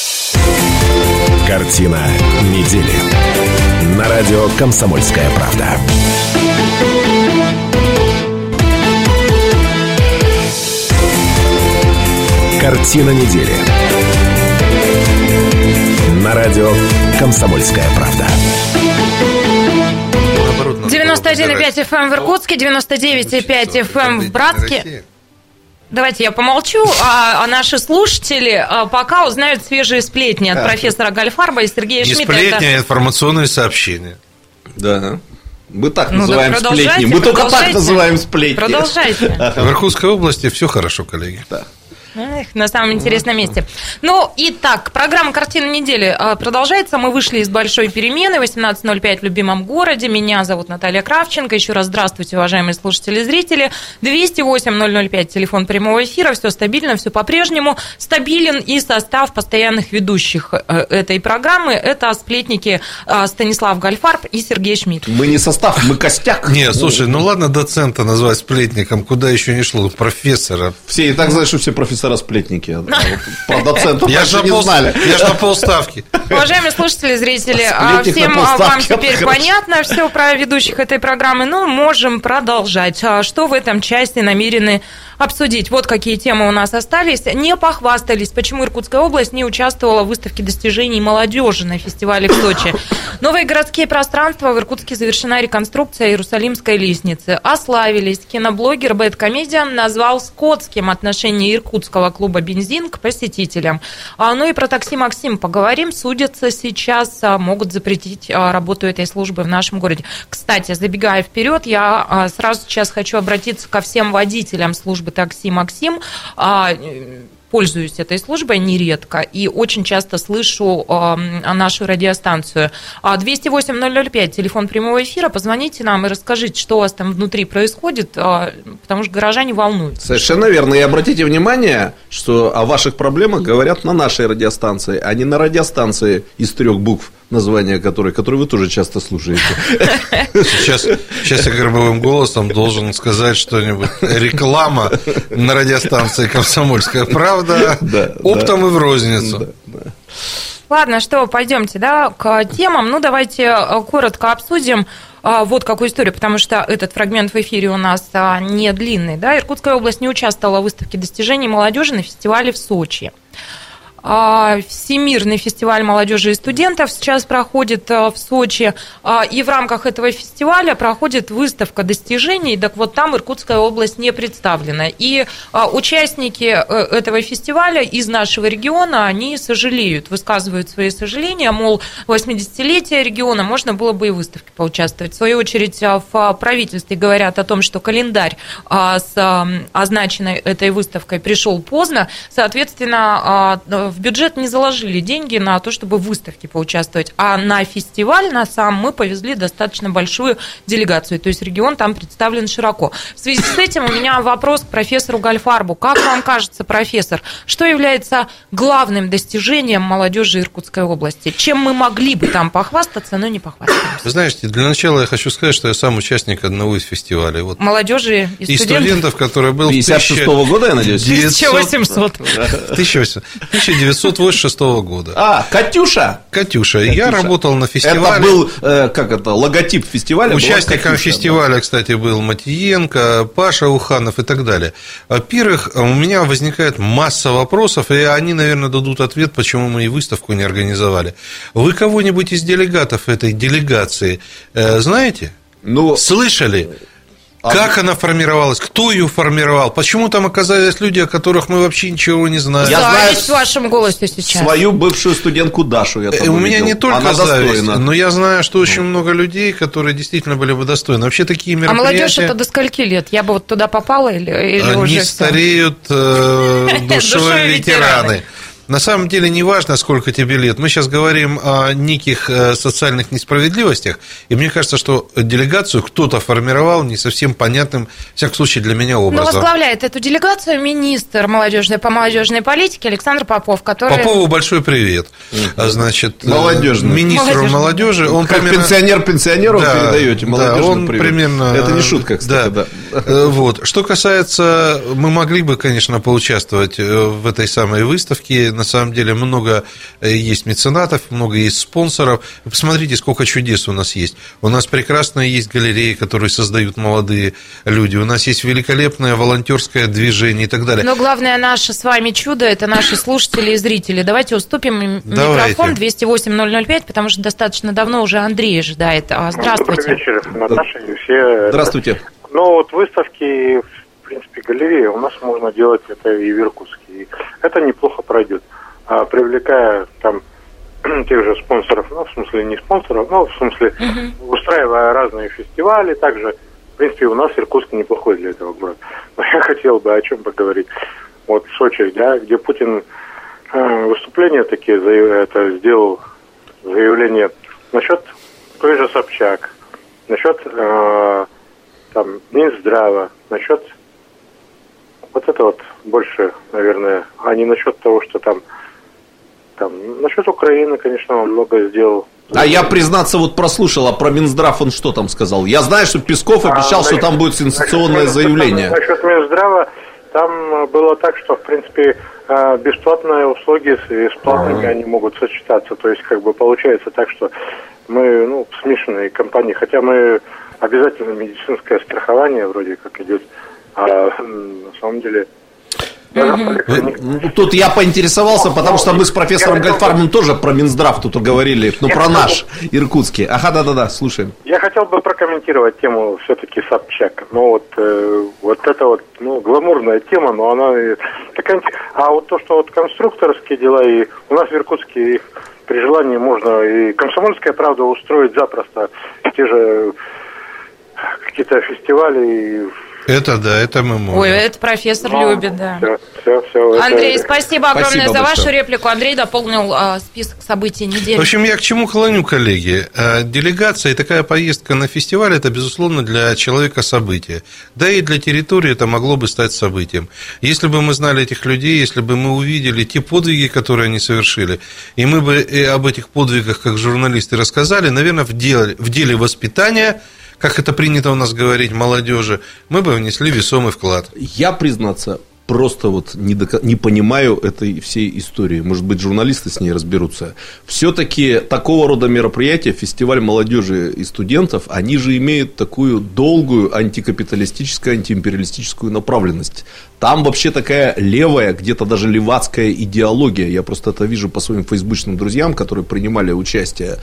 Картина недели. На радио «Комсомольская правда». Картина недели. На радио «Комсомольская правда». 91,5 FM в Иркутске, 99,5 FM в Братске. Давайте я помолчу, а наши слушатели пока узнают свежие сплетни от профессора Гольдфарба и Сергея Шмидта. Не сплетни, а информационные сообщения. Да. Мы так называем сплетни. Мы только так называем сплетни. Продолжайте. В Иркутской области все хорошо, коллеги. Да. На самом интересном месте. Итак, программа «Картина недели» продолжается. Мы вышли из большой перемены. 18:05 в любимом городе. Меня зовут Наталья Кравченко. Еще раз здравствуйте, уважаемые слушатели и зрители. 208-005, телефон прямого эфира. Все стабильно, все по-прежнему. Стабилен и состав постоянных ведущих этой программы. Это сплетники Станислав Гольдфарб и Сергей Шмидт. Мы не состав, мы костяк. Не, слушай, ладно доцента назвать сплетником, куда еще не шло, профессора. Все и так знают, что все профессора сплетники. Про доцентов я же не знали. Я же на полставки. Уважаемые слушатели, зрители, Сплетник всем на полставки вам теперь открыл. понятно все про ведущих этой программы, но можем продолжать. Что в этом части намерены обсудить? Вот какие темы у нас остались. Не похвастались, почему Иркутская область не участвовала в выставке достижений молодежи на фестивале в Сочи. Новые городские пространства. В Иркутске завершена реконструкция Иерусалимской лестницы. Ославились. Киноблогер Бэдкомедиан назвал скотским отношение иркутского клуба «Бензин» к посетителям. Ну и про такси «Максим» поговорим. Судятся сейчас, могут запретить работу этой службы в нашем городе. Кстати, забегая вперед, я сразу сейчас хочу обратиться ко всем водителям службы такси «Максим». Пользуюсь этой службой нередко и очень часто слышу нашу радиостанцию. 208-005, телефон прямого эфира. Позвоните нам и расскажите, что у вас там внутри происходит, потому что горожане волнуются. Совершенно верно. И обратите внимание, что о ваших проблемах говорят на нашей радиостанции, а не на радиостанции из 3 букв, название которой вы тоже часто слушаете. Сейчас я гробовым голосом должен сказать что-нибудь. Реклама на радиостанции «Комсомольская правда». Оптом и в розницу. Ладно, что, пойдемте, к темам. Ну, давайте коротко обсудим вот какую историю, потому что этот фрагмент в эфире у нас не длинный. Иркутская область не участвовала в выставке достижений молодежи на фестивале в Сочи. Всемирный фестиваль молодежи и студентов сейчас проходит в Сочи, и в рамках этого фестиваля проходит выставка достижений, так вот там Иркутская область не представлена. И участники этого фестиваля из нашего региона, они сожалеют, высказывают свои сожаления, мол, 80-летие региона, можно было бы и в выставке поучаствовать. В свою очередь в правительстве говорят о том, что календарь с означенной этой выставкой пришел поздно, соответственно, в бюджет не заложили деньги на то, чтобы в выставке поучаствовать, а на фестиваль на сам мы повезли достаточно большую делегацию, то есть регион там представлен широко. В связи с этим у меня вопрос к профессору Гальфарбу. Как вам кажется, профессор, что является главным достижением молодежи Иркутской области? Чем мы могли бы там похвастаться, но не похвастаемся? Вы знаете, для начала я хочу сказать, что я сам участник одного из фестивалей. Вот. Молодежи и студентов, который был 56-го года, я надеюсь? 1800. 1986 года. Катюша? Катюша. Я работал на фестивале. Это был, логотип фестиваля? Участником фестиваля, кстати, был Матиенко, Паша Уханов и так далее. Во-первых, у меня возникает масса вопросов, и они, наверное, дадут ответ, почему мы и выставку не организовали. Вы кого-нибудь из делегатов этой делегации знаете? Слышали? Как она формировалась? Кто ее формировал? Почему там оказались люди, о которых мы вообще ничего не знаем? Я знаю в вашем голосе сейчас. Свою бывшую студентку Дашу я там У меня увидел. не только зависть, но я знаю, что очень много людей, которые действительно были бы достойны. Вообще такие мероприятия... А молодежь это до скольки лет? Я бы вот туда попала или они уже стареют душой ветераны. На самом деле не важно, сколько тебе лет. Мы сейчас говорим о неких социальных несправедливостях, и мне кажется, что делегацию кто-то формировал не совсем понятным, в всяком случае, для меня образом. Но возглавляет эту делегацию министр по молодежной политике Александр Попов, который... Попову большой привет. Значит, молодежный. Министру молодежи. Он как примерно... пенсионер пенсионеру передаете молодежный привет. Примерно... Это не шутка, кстати. Да. Вот. Что касается... Мы могли бы, конечно, поучаствовать в этой самой выставке. На самом деле много есть меценатов, много есть спонсоров. Посмотрите, сколько чудес у нас есть. У нас прекрасные есть галереи, которые создают молодые люди. У нас есть великолепное волонтерское движение и так далее. Но главное наше с вами чудо – это наши слушатели и зрители. Давайте уступим микрофон 208-005, потому что достаточно давно уже Андрей ожидает. Здравствуйте. Добрый вечер, Наташа и все. Здравствуйте. Вот выставки, в принципе, галереи у нас можно делать это и в Иркутске. Это неплохо пройдет. Привлекая там тех же спонсоров, в смысле не спонсоров, в смысле устраивая разные фестивали, также, в принципе, у нас Иркутск неплохой для этого город. Но я хотел бы о чем поговорить. Вот в Сочи, где Путин выступления такие сделал заявление насчет той же Собчак, насчет там Минздрава, насчет вот это вот больше, наверное, а не насчет того, что там насчет Украины, конечно, он много сделал. А я, признаться, вот прослушал, а про Минздрав он что там сказал? Я знаю, что Песков обещал, что там будет сенсационное заявление. Насчет Минздрава, там было так, что, в принципе, бесплатные услуги с платными, они могут сочетаться. То есть, как бы получается так, что мы, ну, смешанные компании, хотя мы обязательно медицинское страхование вроде как идет, а на самом деле... Тут я поинтересовался, потому что мы с профессором Гольфарбом тоже про Минздрав тут говорили, ну, про наш иркутский. Ага, да-да-да, слушаем. Я хотел бы прокомментировать тему все-таки Собчак. Ну, вот это вот, ну, гламурная тема, но она такая... А вот то, что вот конструкторские дела, и у нас в Иркутске при желании можно и «Комсомольская правда» устроить запросто те же какие-то фестивали. Это да, это мы можем. Ой, это профессор любит, да. Все, Андрей, спасибо огромное за вашу большое. реплику. Андрей дополнил список событий недели. В общем, я к чему клоню, коллеги? Делегация и такая поездка на фестиваль – это, безусловно, для человека событие. Да и для территории это могло бы стать событием. Если бы мы знали этих людей, если бы мы увидели те подвиги, которые они совершили, и мы бы и об этих подвигах, как журналисты, рассказали, наверное, в деле воспитания, как это принято у нас говорить, молодежи, мы бы внесли весомый вклад. Я, признаться, просто вот не понимаю этой всей истории. Может быть, журналисты с ней разберутся. Все-таки такого рода мероприятия, фестиваль молодежи и студентов, они же имеют такую долгую антикапиталистическую, антиимпериалистическую направленность. Там вообще такая левая, где-то даже левацкая идеология. Я просто это вижу по своим фейсбучным друзьям, которые принимали участие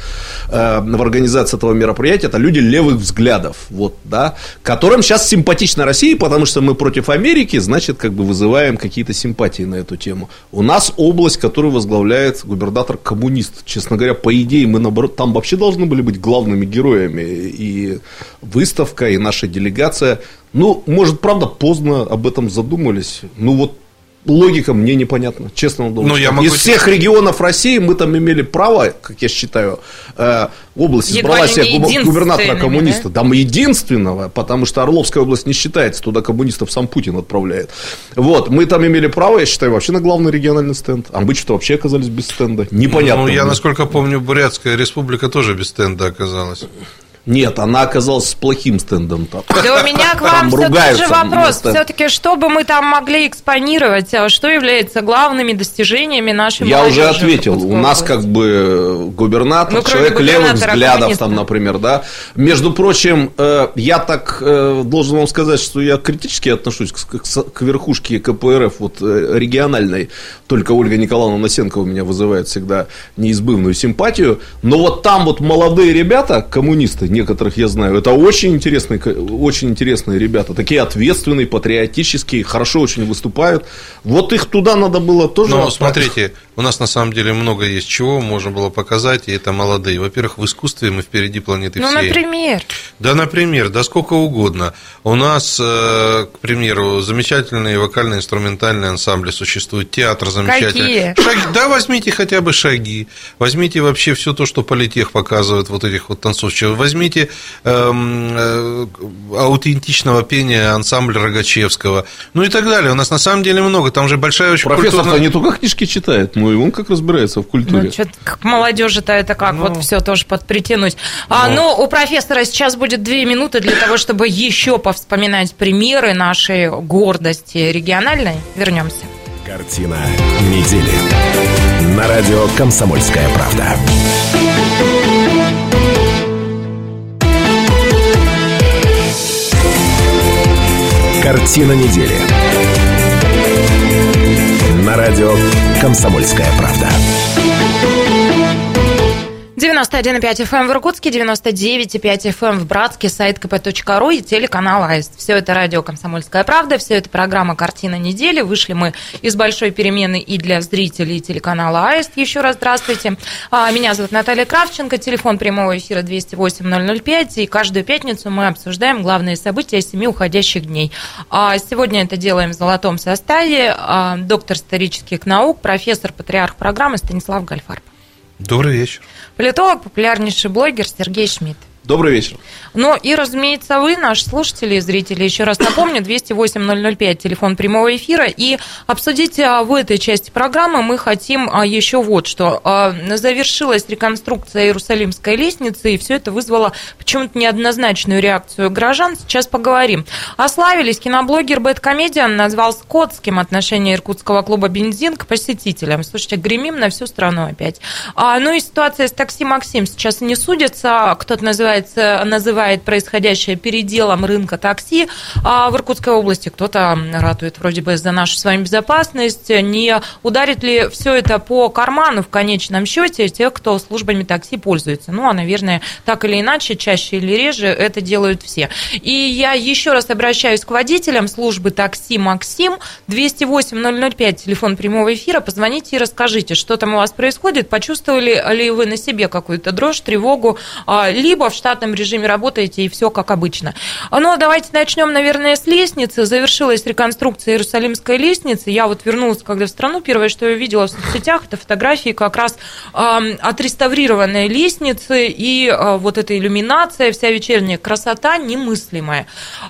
в организации этого мероприятия. Это люди левых взглядов, вот, да, которым сейчас симпатична Россия, потому что мы против Америки, значит, как бы вызываем какие-то симпатии на эту тему. У нас область, которую возглавляет губернатор-коммунист. Честно говоря, по идее, мы, наоборот, там вообще должны были быть главными героями. И выставка, и наша делегация. Ну, может, правда, поздно об этом задумались. Ну, вот логика мне непонятна, честно вам должен сказать. Из всех регионов России мы там имели право, как я считаю, область избрала себе губернатора-коммуниста. Да, мы единственного, потому что Орловская область не считается, туда коммунистов сам Путин отправляет. Вот, мы там имели право, я считаю, вообще на главный региональный стенд. А мы что-то вообще оказались без стенда. Непонятно. Ну, я, насколько помню, Бурятская республика тоже без стенда оказалась. Нет, она оказалась с плохим стендом там. Да у меня к вам все тот же вопрос. Все-таки, что бы мы там могли экспонировать, что является главными достижениями нашей молодежи? Я уже ответил. У нас как бы губернатор, человек левых взглядов, там, например, да. Между прочим, я так должен вам сказать, что я критически отношусь к верхушке КПРФ, вот региональной. Только Ольга Николаевна Насенко у меня вызывает всегда неизбывную симпатию. Но вот там вот молодые ребята, коммунисты, некоторых я знаю, это очень интересные ребята, такие ответственные, патриотические, хорошо очень выступают. Вот их туда надо было тоже. Но смотрите, у нас на самом деле много есть чего можно было показать, и это молодые. Во-первых, в искусстве мы впереди планеты всей. Ну, например? Да, например, да сколько угодно. У нас, к примеру, замечательные вокально-инструментальные ансамбли существуют, театр замечательный. Какие? Да, возьмите хотя бы «Шаги», возьмите вообще все то, что Политех показывает, вот этих вот танцовщиков, возьмите аутентичного пения ансамбля Рогачевского, ну и так далее. У нас на самом деле много, там же большая очень профессор культурная... не только книжки читает, но и он как разбирается в культуре. Ну, что-то к молодежи-то это как, вот все тоже подпритянуть. Ну, у профессора сейчас будет 2 минуты для того, чтобы еще повспоминать примеры нашей гордости региональной. Вернемся. Картина недели. На радио «Комсомольская правда». Картина недели. На радио «Комсомольская правда». 91,5 FM в Иркутске, 99,5 FM в Братске, сайт kp.ru и телеканал АИСТ. Все это радио «Комсомольская правда», все это программа «Картина недели». Вышли мы из большой перемены и для зрителей телеканала АИСТ. Еще раз здравствуйте. Меня зовут Наталья Кравченко, телефон прямого эфира 208-005. И каждую пятницу мы обсуждаем главные события 7 уходящих дней. Сегодня это делаем в золотом составе. Доктор исторических наук, профессор, патриарх программы Станислав Гольфарб. Добрый вечер. Политолог, популярнейший блогер Сергей Шмидт. Добрый вечер. Ну и, разумеется, вы, наши слушатели и зрители, еще раз напомню, 208-005, телефон прямого эфира, и обсудить в этой части программы мы хотим еще вот что. Завершилась реконструкция Иерусалимской лестницы, и все это вызвало почему-то неоднозначную реакцию горожан. Сейчас поговорим. Ославились. Киноблогер Бэдкомедиан назвал скотским отношение иркутского клуба «Бензин» к посетителям. Слушайте, гремим на всю страну опять. Ну и ситуация с такси «Максим» сейчас не судится. Кто-то называет происходящее переделом рынка такси в Иркутской области. Кто-то ратует вроде бы за нашу с вами безопасность. Не ударит ли все это по карману в конечном счете тех, кто службами такси пользуется? Ну, а, наверное, так или иначе, чаще или реже это делают все. И я еще раз обращаюсь к водителям службы такси «Максим». 208-005, телефон прямого эфира. Позвоните и расскажите, что там у вас происходит. Почувствовали ли вы на себе какую-то дрожь, тревогу, либо в штатном режиме работаете и все как обычно. Ну, давайте начнем, наверное, с лестницы. Завершилась реконструкция Иерусалимской лестницы. Я вот вернулась, когда в страну, первое, что я увидела в соцсетях, это фотографии как раз отреставрированной лестницы, и вот эта иллюминация, вся вечерняя красота немыслимая.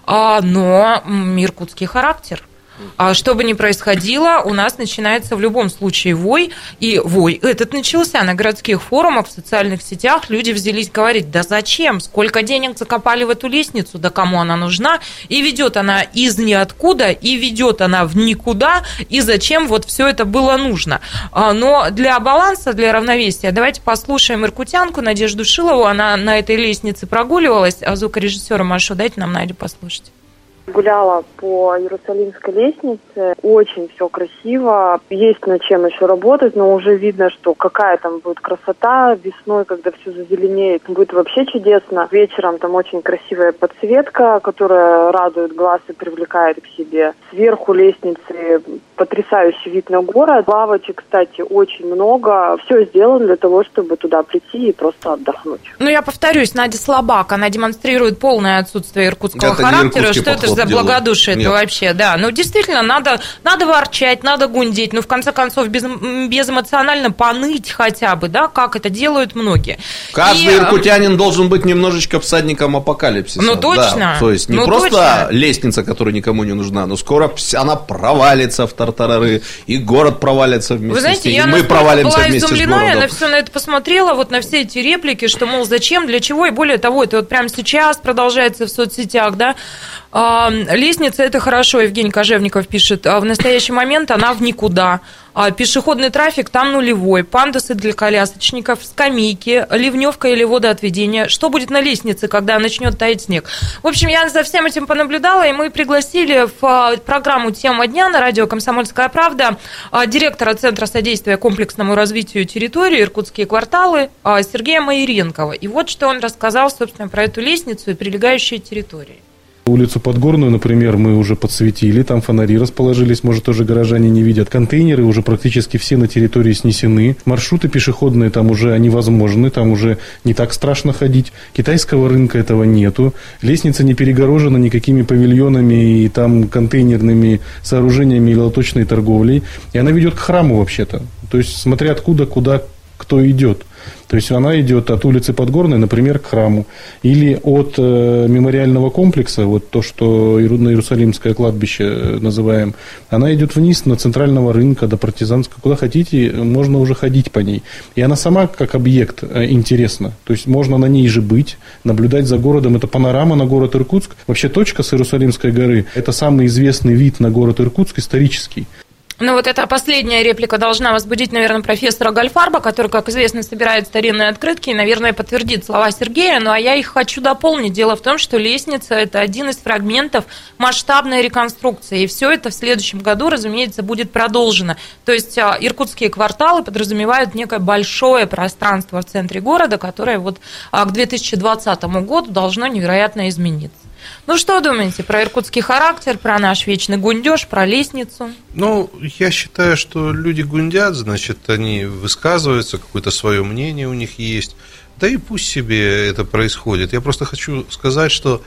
Но иркутский характер. Что бы ни происходило, у нас начинается в любом случае вой. И вой этот начался на городских форумах, в социальных сетях. Люди взялись говорить: да зачем? Сколько денег закопали в эту лестницу? Да кому она нужна? И ведет она из ниоткуда, и ведет она в никуда. И зачем вот все это было нужно? Но для баланса, для равновесия, давайте послушаем иркутянку Надежду Шилову. Она на этой лестнице прогуливалась. Звукорежиссера Машу, дайте нам Надю послушать. Гуляла по Иерусалимской лестнице, очень все красиво, есть над чем еще работать, но уже видно, что какая там будет красота весной, когда все зазеленеет, будет вообще чудесно. Вечером там очень красивая подсветка, которая радует глаз и привлекает к себе. Сверху лестницы потрясающий вид на город, лавочек, кстати, очень много. Все сделано для того, чтобы туда прийти и просто отдохнуть. Ну, я повторюсь, Надя слабак, она демонстрирует полное отсутствие иркутского характера, что это за благодушие это вообще, да. Ну, действительно, надо ворчать, надо гундеть, ну, в конце концов, безэмоционально поныть хотя бы, да, как это делают многие. Каждый иркутянин должен быть немножечко всадником апокалипсиса. Ну, точно. Да. То есть не просто лестница, которая никому не нужна, но скоро она провалится в тартарары, и город провалится вместе. Вы знаете, с ней, я и мы провалимся вместе с городом. Я на все на это посмотрела, вот на все эти реплики, что, мол, зачем, для чего, и более того, это вот прямо сейчас продолжается в соцсетях, да. Лестница – это хорошо, Евгений Кожевников пишет, в настоящий момент она в никуда. Пешеходный трафик там нулевой, пандусы для колясочников, скамейки, ливневка или водоотведение. Что будет на лестнице, когда начнет таять снег? В общем, я за всем этим понаблюдала, и мы пригласили в программу «Тема дня» на радио «Комсомольская правда» директора Центра содействия комплексному развитию территории «Иркутские кварталы» Сергея Майеренкова. И вот что он рассказал, собственно, про эту лестницу и прилегающие территории. Улицу Подгорную, например, мы уже подсветили, там фонари расположились, может, тоже горожане не видят. Контейнеры уже практически все на территории снесены. Маршруты пешеходные там уже они возможны, там уже не так страшно ходить. Китайского рынка этого нету. Лестница не перегорожена никакими павильонами и там контейнерными сооружениями или лоточной торговлей. И она ведет к храму вообще-то. То есть, смотря откуда, куда, кто идет. То есть она идет от улицы Подгорной, например, к храму, или от мемориального комплекса, вот то, что на Иерусалимское кладбище называем, она идет вниз на центрального рынка, до Партизанского, куда хотите, можно уже ходить по ней. И она сама как объект интересна, то есть можно на ней же быть, наблюдать за городом, это панорама на город Иркутск. Вообще точка с Иерусалимской горы, это самый известный вид на город Иркутск исторический. Ну, вот эта последняя реплика должна возбудить, наверное, профессора Гальфарба, который, как известно, собирает старинные открытки и, наверное, подтвердит слова Сергея. Ну, а я их хочу дополнить. Дело в том, что лестница – это один из фрагментов масштабной реконструкции. И все это в следующем году, разумеется, будет продолжено. То есть иркутские кварталы подразумевают некое большое пространство в центре города, которое вот к 2020 году должно невероятно измениться. Ну, что думаете про иркутский характер, про наш вечный гундеж, про лестницу? Ну, я считаю, что люди гундят, значит, они высказываются, какое-то свое мнение у них есть. Да и пусть себе это происходит. Я просто хочу сказать, что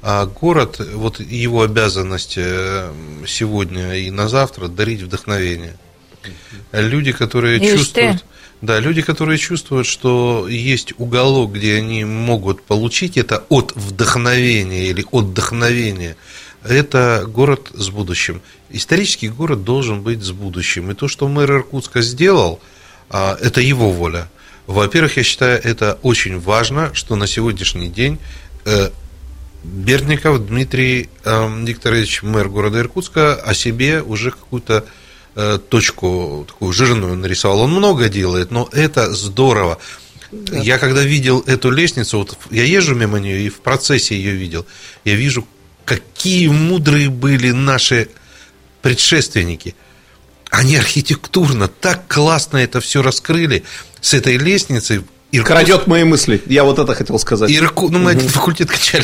город, вот его обязанность сегодня и на завтра дарить вдохновение. Люди, которые чувствуют... Да, люди, которые чувствуют, что есть уголок, где они могут получить это от вдохновения или отдохновения, это город с будущим. Исторический город должен быть с будущим. И то, что мэр Иркутска сделал, это его воля. Во-первых, я считаю, это очень важно, что на сегодняшний день Бердников Дмитрий Викторович, мэр города Иркутска, о себе уже какую-то точку такую жирную нарисовал. Он много делает, но это здорово. Да. Я когда видел эту лестницу, вот я езжу мимо нее и в процессе ее видел, я вижу, какие мудрые были наши предшественники. Они архитектурно так классно это все раскрыли с этой лестницей. Крадет мои мысли. Я вот это хотел сказать. Мы один факультет качали.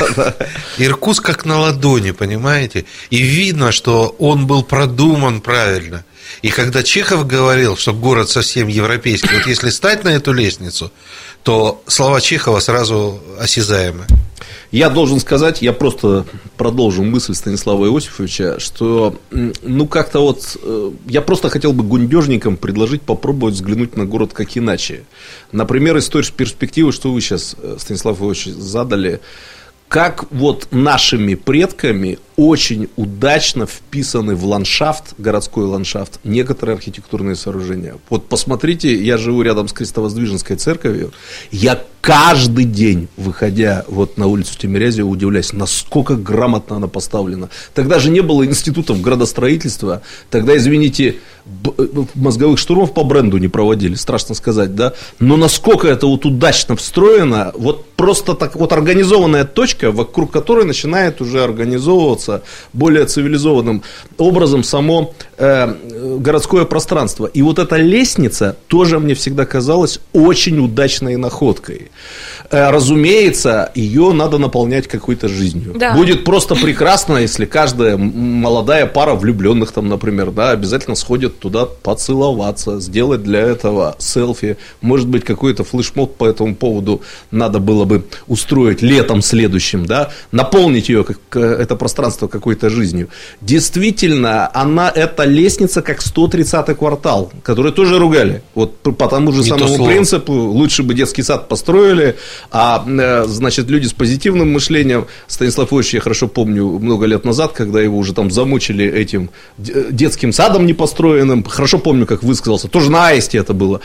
Иркутск как на ладони, понимаете? И видно, что он был продуман правильно. И когда Чехов говорил, что город совсем европейский, вот если стать на эту лестницу, то слова Чехова сразу осязаемы. Я должен сказать, я просто продолжу мысль Станислава Иосифовича, что, как-то вот, я просто хотел бы гундежникам предложить попробовать взглянуть на город как иначе. Например, из той же перспективы, что вы сейчас, Станислав Иосифович, задали, как вот нашими предками очень удачно вписаны в ландшафт, городской ландшафт, некоторые архитектурные сооружения. Вот посмотрите, я живу рядом с Крестовоздвиженской церковью, я каждый день, выходя вот на улицу Тимирязева, удивляюсь, насколько грамотно она поставлена. Тогда же не было институтов градостроительства, тогда, извините, мозговых штурмов по бренду не проводили, страшно сказать, да, но насколько это вот удачно встроено, вот просто так вот организованная точка, вокруг которой начинает уже организовываться более цивилизованным образом само городское пространство. И вот эта лестница тоже мне всегда казалась очень удачной находкой. Разумеется, ее надо наполнять какой-то жизнью. Да. Будет просто прекрасно, если каждая молодая пара влюбленных, там, например, да, обязательно сходит туда поцеловаться, сделать для этого селфи. Может быть, какой-то флешмоб по этому поводу надо было бы устроить летом следующим, да, наполнить ее, это пространство, какой-то жизнью. Действительно, эта лестница как 130-й квартал, который тоже ругали. Вот по тому же самому принципу, лучше бы детский сад построили, значит, люди с позитивным мышлением, Станислав Ильич, я хорошо помню, много лет назад, когда его уже там замучили этим детским садом непостроенным, хорошо помню, как высказался, тоже на Аисте это было.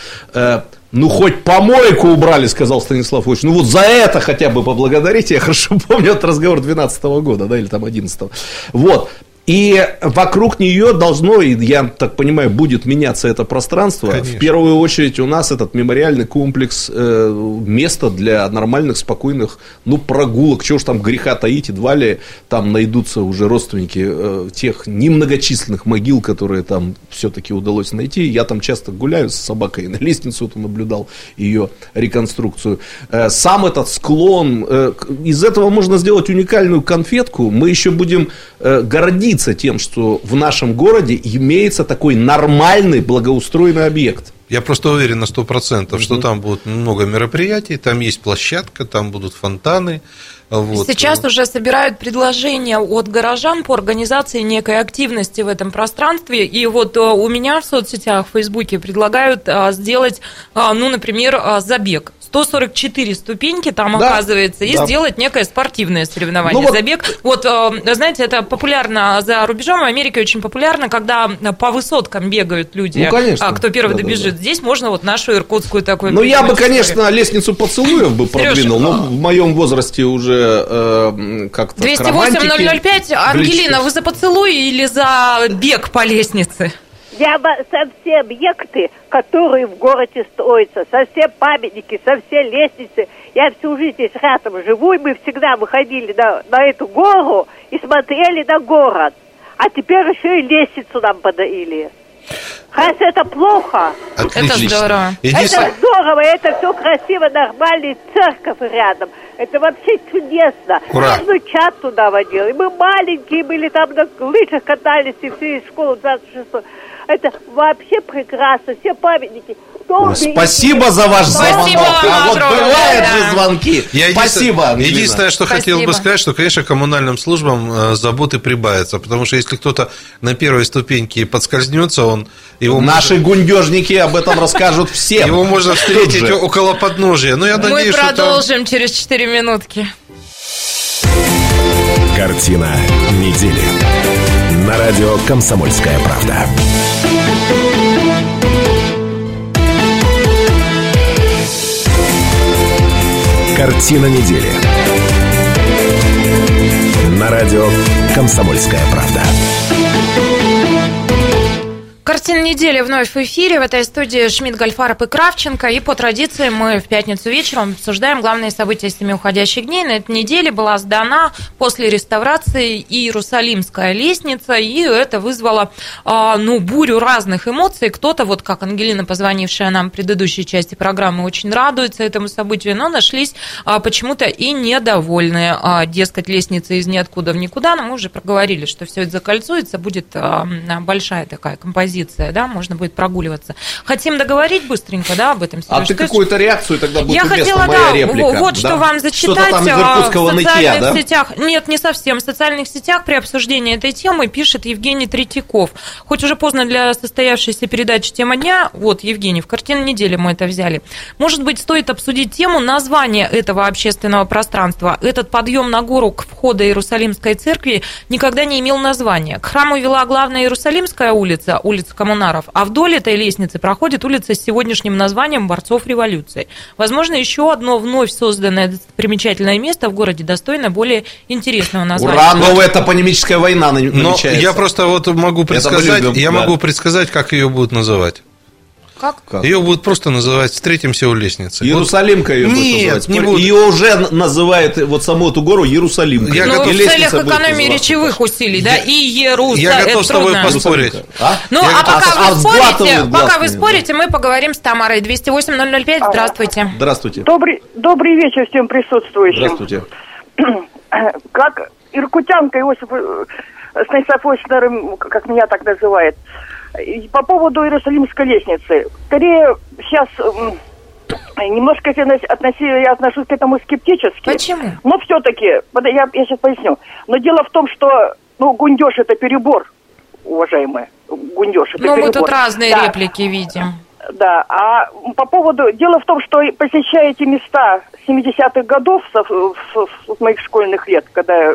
Хоть помойку убрали, сказал Станислав Ильич. Вот за это хотя бы поблагодарите. Я хорошо помню этот разговор 2012 года, да, или там 2011. Вот. И вокруг нее должно, я так понимаю, будет меняться это пространство. Конечно. В первую очередь у нас этот мемориальный комплекс, место для нормальных, спокойных, прогулок. Чего ж там греха таить, едва ли там найдутся уже родственники тех немногочисленных могил, которые там все-таки удалось найти. Я там часто гуляю с собакой на лестницу, наблюдал ее реконструкцию. Сам этот склон, из этого можно сделать уникальную конфетку. Мы еще будем гордиться тем, что в нашем городе имеется такой нормальный благоустроенный объект. Я просто уверен на 100%, что там будет много мероприятий, там есть площадка, там будут фонтаны. Вот. Сейчас уже собирают предложения от горожан по организации некой активности в этом пространстве. И вот у меня в соцсетях, в Фейсбуке предлагают сделать, например, забег. 144 ступеньки там, да, оказывается, и сделать некое спортивное соревнование. Забег. Вот, знаете, это популярно за рубежом, в Америке очень популярно, когда по высоткам бегают люди, кто первый добежит. Здесь можно вот нашу иркутскую такую... я бы, конечно, лестницу поцелуев бы продвинул, но в моем возрасте уже как-то 208-005. Ангелина, вы за поцелуй или за бег по лестнице? Я со все объекты, которые в городе строятся, со все памятники, со все лестницы. Я всю жизнь здесь рядом живу, и мы всегда выходили на эту гору и смотрели на город. А теперь еще и лестницу нам подарили. Разве это плохо? Отлично. Это здорово. Это здорово, это все красиво, нормальный, церковь рядом. Это вообще чудесно. Ура. Я внучат туда водил. И мы маленькие были, там на лыжах катались, и все из школы 26. Это вообще прекрасно, все памятники. Спасибо за ваш звонок. А вот бывают же звонки. Спасибо, единственное, что хотел бы сказать, что, конечно, коммунальным службам заботы прибавятся, потому что если кто-то на первой ступеньке подскользнется, наши гундежники об этом расскажут всем. Его можно встретить около подножия. Но я надеюсь, мы продолжим через 4 минутки. Картина недели. На радио «Комсомольская правда». Картина недели. На радио «Комсомольская правда». Картина недели вновь в эфире. В этой студии Шмидт, Гольфарб и Кравченко. И по традиции мы в пятницу вечером обсуждаем главные события 7 уходящих дней. На этой неделе была сдана после реставрации Иерусалимская лестница, и это вызвало бурю разных эмоций. Кто-то, вот как Ангелина, позвонившая нам в предыдущей части программы, очень радуется этому событию, но нашлись почему-то и недовольные. Дескать, лестница из ниоткуда в никуда. Но мы уже проговорили, что все это закольцуется, будет большая такая композиция. Да, можно будет прогуливаться. Хотим договорить быстренько, да, об этом. Сереж, ты какую-то реакцию тогда будет уместна, хотела, моя реплика. Вот что вам зачитать. Там из иркутского нытья, сетях. Нет, не совсем. В социальных сетях при обсуждении этой темы пишет Евгений Третьяков. Хоть уже поздно для состоявшейся передачи «Тема дня», вот, Евгений, в картину недели мы это взяли. Может быть, стоит обсудить тему названия этого общественного пространства. Этот подъем на гору к входу Иерусалимской церкви никогда не имел названия. К храму вела главная Иерусалимская улица, улица Коммунаров, а вдоль этой лестницы проходит улица с сегодняшним названием Борцов революции. Возможно, еще одно вновь созданное примечательное место в городе достойно более интересного названия. Ура, новая топонимическая война намечается. Я просто могу предсказать, как ее будут называть. Как? Ее будут просто называть «Встретимся у лестницы». Иерусалимка ее будет называть. Не будут. Ее уже называют саму эту гору Иерусалимкой. В целях экономии речевых усилий, да, и Иерусалим. Я готов с тобой поспорить. Пока вы спорите, мы поговорим с Тамарой. 208-005, здравствуйте. Здравствуйте. Добрый вечер всем присутствующим. Здравствуйте. Как иркутянка Иосиф Станислав Осипович, как меня так называет, по поводу Иерусалимской лестницы. Скорее, сейчас немножко я отношусь к этому скептически. Почему? Но все-таки, я сейчас поясню. Но дело в том, что гундеж – это перебор, уважаемые. Гундеж – это перебор. Мы тут разные реплики видим. Да, а по поводу... Дело в том, что посещая эти места 70-х годов, с моих школьных лет, когда...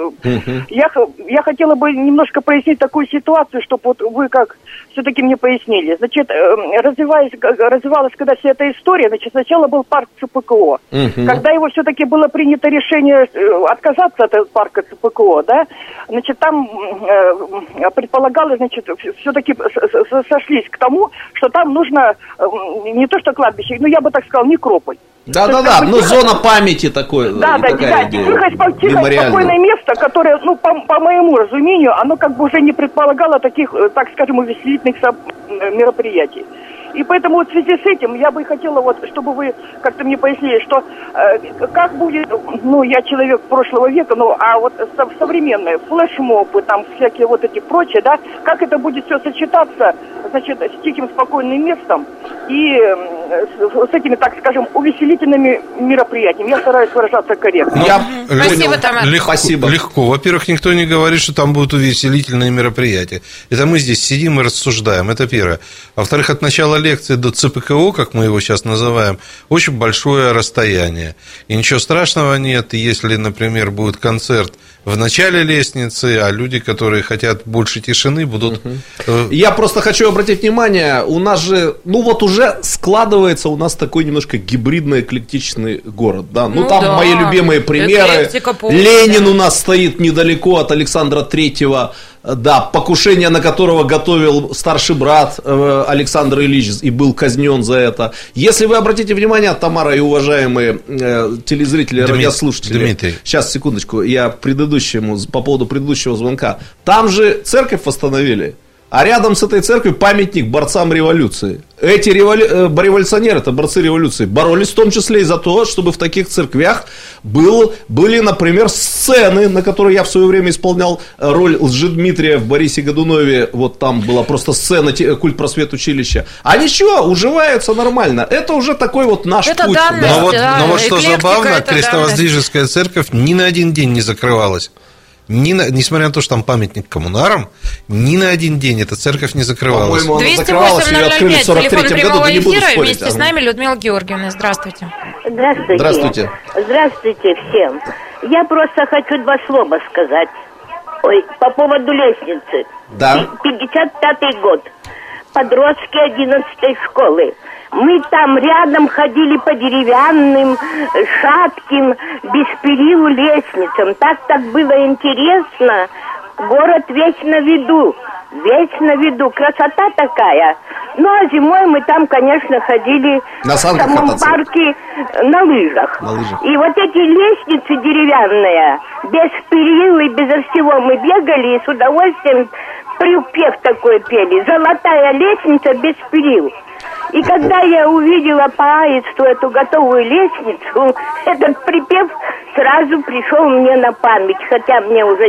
Я хотела бы немножко прояснить такую ситуацию, чтобы вот вы как все-таки мне пояснили. Значит, развивалась когда вся эта история, значит, сначала был парк ЦПКО. Когда его все-таки было принято решение отказаться от парка ЦПКО, да, значит, там предполагалось, значит, все-таки сошлись к тому, что там нужно не то что кладбище, но я бы так сказал, некрополь. Да, зона памяти такой. Да, тихое, спокойное место, которое, по моему разумению, оно как бы уже не предполагало таких, так скажем, увеселительных мероприятий. И поэтому вот в связи с этим я бы хотела, чтобы вы как-то мне пояснили, что как будет, я человек прошлого века, а вот современные флешмобы, там всякие вот эти прочие, да, как это будет все сочетаться, значит, с тихим спокойным местом и с этими, так скажем, увеселительными мероприятиями. Я стараюсь выражаться корректно. Спасибо, Тамара. Легко. Во-первых, никто не говорит, что там будут увеселительные мероприятия. Это мы здесь сидим и рассуждаем. Это первое. Во-вторых, от начала лекции до ЦПКО, как мы его сейчас называем, очень большое расстояние. И ничего страшного нет, если, например, будет концерт в начале лестницы, а люди, которые хотят больше тишины, будут... Я просто хочу обратить внимание, у нас же, уже складывается у нас такой немножко гибридно-эклектичный город, да, там мои любимые примеры. Ленин у нас стоит недалеко от Александра Третьего, да, покушение на которого готовил старший брат Александр Ильич и был казнен за это. Если вы обратите внимание, Тамара и уважаемые телезрители, радиослушатели, Дмитрий. Сейчас, секундочку, я по поводу предыдущего звонка. Там же церковь восстановили. А рядом с этой церковью памятник борцам революции. Эти революционеры, это борцы революции, боролись в том числе и за то, чтобы в таких церквях были, например, сцены, на которые я в свое время исполнял роль Лжедмитрия в Борисе Годунове. Вот там была просто сцена «Культ просвет училища». А ничего, уживаются нормально. Это уже такой вот наш это путь. Данность, да. Но вот что забавно, Крестовоздвиженская церковь ни на один день не закрывалась. Несмотря на то, что там памятник коммунарам, ни на один день эта церковь не закрывалась. По-моему, она закрывалась, ее открыли в 43-м году, не буду спорить. Вместе с нами Людмила Георгиевна, здравствуйте. Здравствуйте. Здравствуйте. Здравствуйте всем. Я просто хочу 2 слова сказать. По поводу лестницы. Да. 55-й год. Подростки 11-й школы. Мы там рядом ходили по деревянным, шатким, без перил лестницам. Так было интересно. Город весь на виду. Весь на виду. Красота такая. Ну, а зимой мы там, конечно, ходили в самом парке на лыжах. И вот эти лестницы деревянные, без перил и безо всего мы бегали и с удовольствием припев такой пели. «Золотая лестница без перил». И когда я увидела по аисту эту готовую лестницу, этот припев сразу пришел мне на память. Хотя мне уже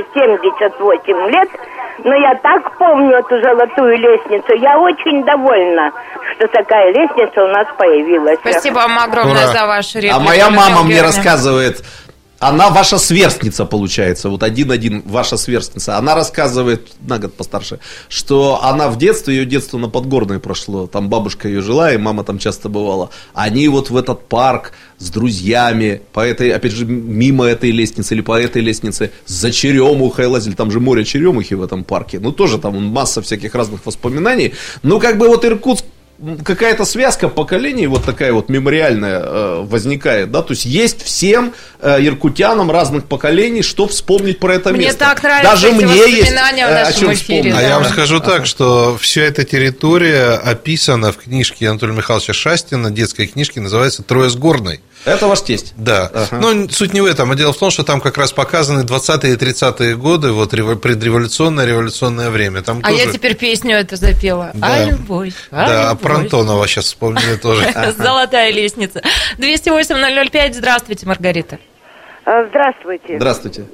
78 лет, но я так помню эту золотую лестницу. Я очень довольна, что такая лестница у нас появилась. Спасибо вам огромное за вашу реплику. А моя мама мне рассказывает... Она ваша сверстница, получается, вот 1-1 ваша сверстница. Она рассказывает, на год постарше, что она в детстве, ее детство на Подгорной прошло. Там бабушка ее жила, и мама там часто бывала. Они вот в этот парк с друзьями, по этой, опять же, мимо этой лестницы или по этой лестнице, за черемухой лазили. Там же море черемухи в этом парке. Ну, тоже там масса всяких разных воспоминаний. Ну, как бы вот Иркутск, какая-то связка поколений вот такая вот мемориальная возникает, да, то есть всем иркутянам разных поколений, что вспомнить про это место. Мне так нравятся даже эти мне есть в нашем эфире. А я вам скажу так, что вся эта территория описана в книжке Анатолия Михайловича Шастина, детской книжке, называется «Трое с горной». Это ваш тесть? Да. Ага. Но суть не в этом, а дело в том, что там как раз показаны 20-е и 30-е годы, вот предреволюционное, революционное время. Там тоже... я теперь песню эту запела. Да. А любовь. Да, про Антонова сейчас вспомнили тоже. Золотая лестница. 208-005, здравствуйте, Маргарита. Здравствуйте. Здравствуйте.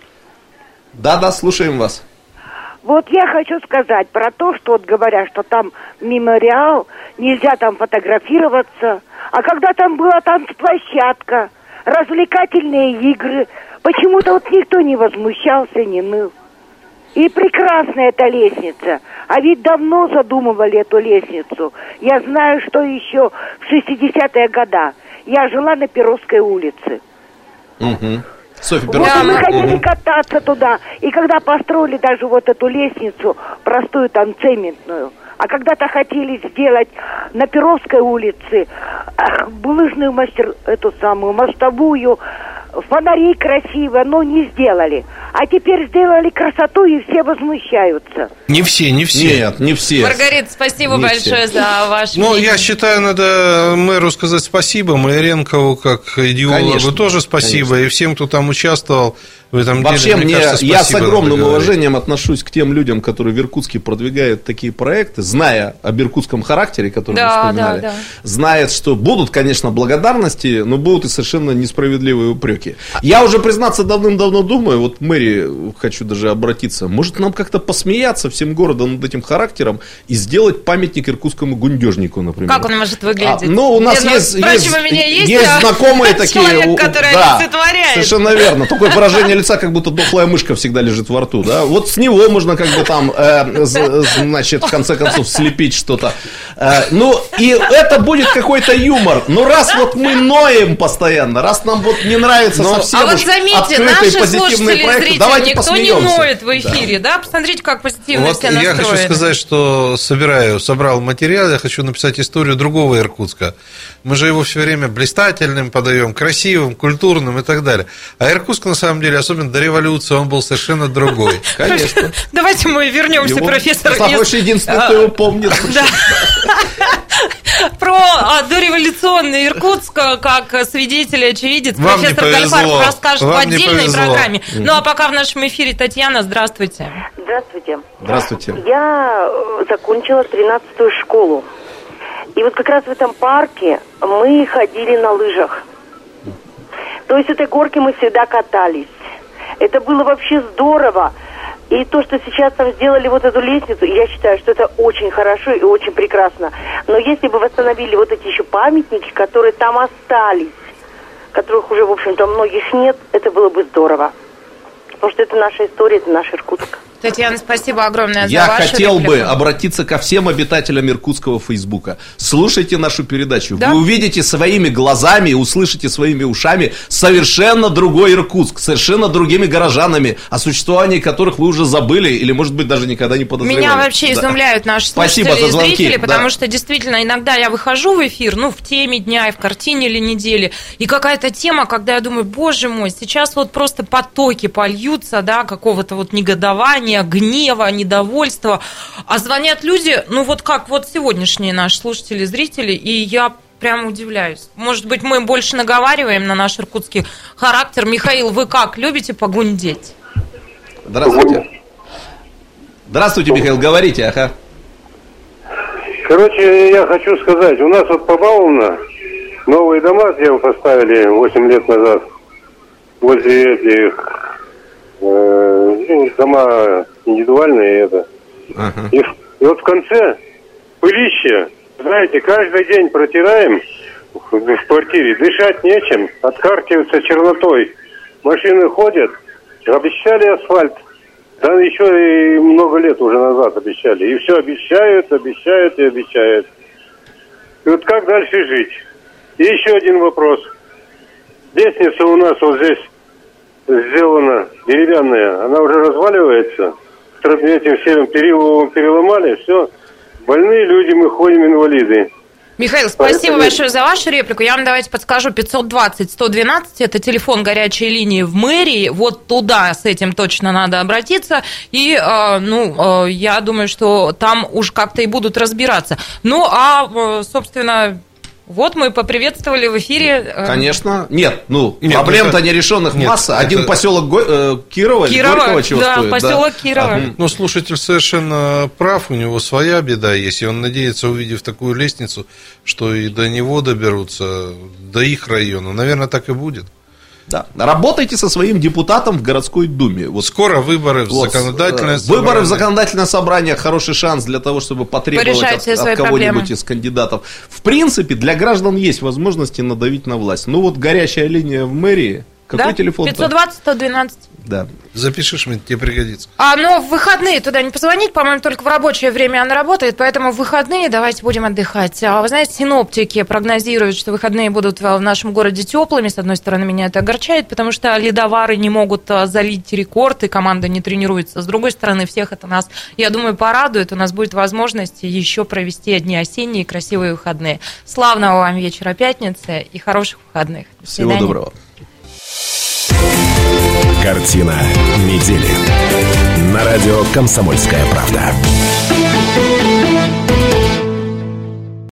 Да, слушаем вас. Вот я хочу сказать про то, что вот говорят, что там мемориал, нельзя там фотографироваться. А когда там была танцплощадка, развлекательные игры, почему-то вот никто не возмущался, не ныл. И прекрасная эта лестница. А ведь давно задумывали эту лестницу. Я знаю, что еще в 60-е годы я жила на Перовской улице. Угу. Софья Вот мы хотели кататься туда. И когда построили даже вот эту лестницу, простую там цементную, а когда-то хотели сделать на Перовской улице булыжную эту самую мостовую, фонари красиво, но не сделали. А теперь сделали красоту, и все возмущаются. Не все. Нет, не все. Маргарита, спасибо большое за ваш мнение. Я считаю, надо мэру сказать спасибо, Майоренкову как идеологу тоже спасибо, конечно. И всем, кто там участвовал в этом вообще, деле. Мне кажется, я с огромным уважением отношусь к тем людям, которые в Иркутске продвигают такие проекты, зная об иркутском характере, который мы вспоминали, знают, что будут, конечно, благодарности, но будут и совершенно несправедливые упреки. Я уже, признаться, давным-давно думаю, вот мэри хочу даже обратиться, может нам как-то посмеяться всем городом над этим характером и сделать памятник иркутскому гундежнику, например. Как он может выглядеть? Ну, у нас есть знакомые такие. Человек, который олицетворяет. Совершенно верно. Такое выражение лица, как будто дохлая мышка всегда лежит во рту, да? Вот с него можно как бы там, значит, в конце концов слепить что-то. Ну, и это будет какой-то юмор. Но раз вот мы ноем постоянно, раз нам вот не нравится совсем вот заметьте, открытые позитивные проекты, давайте никто посмеемся. Не ноет в эфире, да? Посмотрите, как позитивно вот все настроены. Я хочу сказать, что собрал материал, я хочу написать историю другого Иркутска. Мы же его все время блистательным подаем, красивым, культурным и так далее. А Иркутск, на самом деле, особенно до революции, он был совершенно другой. Конечно. Давайте мы вернемся, профессор. Сафош единственный, кто его помнит. про дореволюционный Иркутск, как свидетель и очевидец, вам профессор Гальфарб расскажет в отдельной программе. Ну, а пока в нашем эфире Татьяна, здравствуйте. Здравствуйте. Здравствуйте. Я закончила 13-ю школу. И вот как раз в этом парке мы ходили на лыжах. То есть этой горки мы всегда катались. Это было вообще здорово. И то, что сейчас там сделали вот эту лестницу, я считаю, что это очень хорошо и очень прекрасно. Но если бы восстановили вот эти еще памятники, которые там остались, которых уже, в общем-то, многих нет, это было бы здорово. Потому что это наша история, это наш Иркутск. Татьяна, спасибо огромное за Я вашу хотел реплику. бы обратиться ко всем обитателям иркутского Фейсбука. Слушайте нашу передачу. Да? Вы увидите своими глазами и услышите своими ушами совершенно другой Иркутск, совершенно другими горожанами, о существовании которых вы уже забыли или, может быть, даже никогда не подозревали. Меня вообще изумляют наши слушатели Спасибо за и звонки, зрители, потому да. что действительно иногда я выхожу в эфир, ну, в теме дня и в картине или недели, и какая-то тема, когда я думаю, боже мой, сейчас вот просто потоки польются, да, какого-то вот негодования, гнева, недовольства, а звонят люди, ну, вот как вот сегодняшние наши слушатели, зрители, и я прям удивляюсь. Может быть, мы больше наговариваем на наш иркутский характер. Михаил, вы как, любите погундеть? Здравствуйте. Здравствуйте, Михаил, говорите, ага. Короче, я хочу сказать, у нас вот Побаловна новые дома сделали, поставили 8 лет назад возле этих дома индивидуальные это. Ага. И вот в конце пылище, знаете, каждый день протираем в квартире, дышать нечем, откаркиваются чернотой. Машины ходят, обещали асфальт. Да еще и много лет уже назад обещали. И все обещают, обещают и обещают. И вот как дальше жить? И еще один вопрос. Лестница у нас вот здесь сделана, деревянная, она уже разваливается. Этим всем перилом переломали, все. Больные люди, мы ходим, инвалиды. Михаил, спасибо большое за вашу реплику. Я вам давайте подскажу, 520-112, это телефон горячей линии в мэрии, вот туда с этим точно надо обратиться, и, я думаю, что там уж как-то и будут разбираться. Ну, а, собственно... Вот мы поприветствовали в эфире. Конечно. Нет, проблем-то нерешенных масса. Один поселок Кирова, Горького чего да, стоит. поселок Кирова. Ну, слушатель совершенно прав, у него своя беда есть, и он надеется, увидев такую лестницу, что и до него доберутся, до их района. Наверное, так и будет. Да. Работайте со своим депутатом в городской думе. Вот. Скоро выборы в законодательное собрание. Выборы в законодательное собрание, хороший шанс для того, чтобы потребовать от кого-нибудь из кандидатов. В принципе, для граждан есть возможности надавить на власть. Ну вот горячая линия в мэрии. Какой телефон? 520-112. Да. Запишешь, мне тебе пригодится. Но в выходные туда не позвонить, по-моему, только в рабочее время она работает, поэтому в выходные давайте будем отдыхать. Вы знаете, синоптики прогнозируют, что выходные будут в нашем городе теплыми. С одной стороны, меня это огорчает, потому что ледовары не могут залить рекорд, и команда не тренируется. С другой стороны, всех это нас, я думаю, порадует. У нас будет возможность еще провести одни осенние красивые выходные. Славного вам вечера пятницы и хороших выходных. До свидания. Всего доброго. Картина недели. На радио «Комсомольская правда».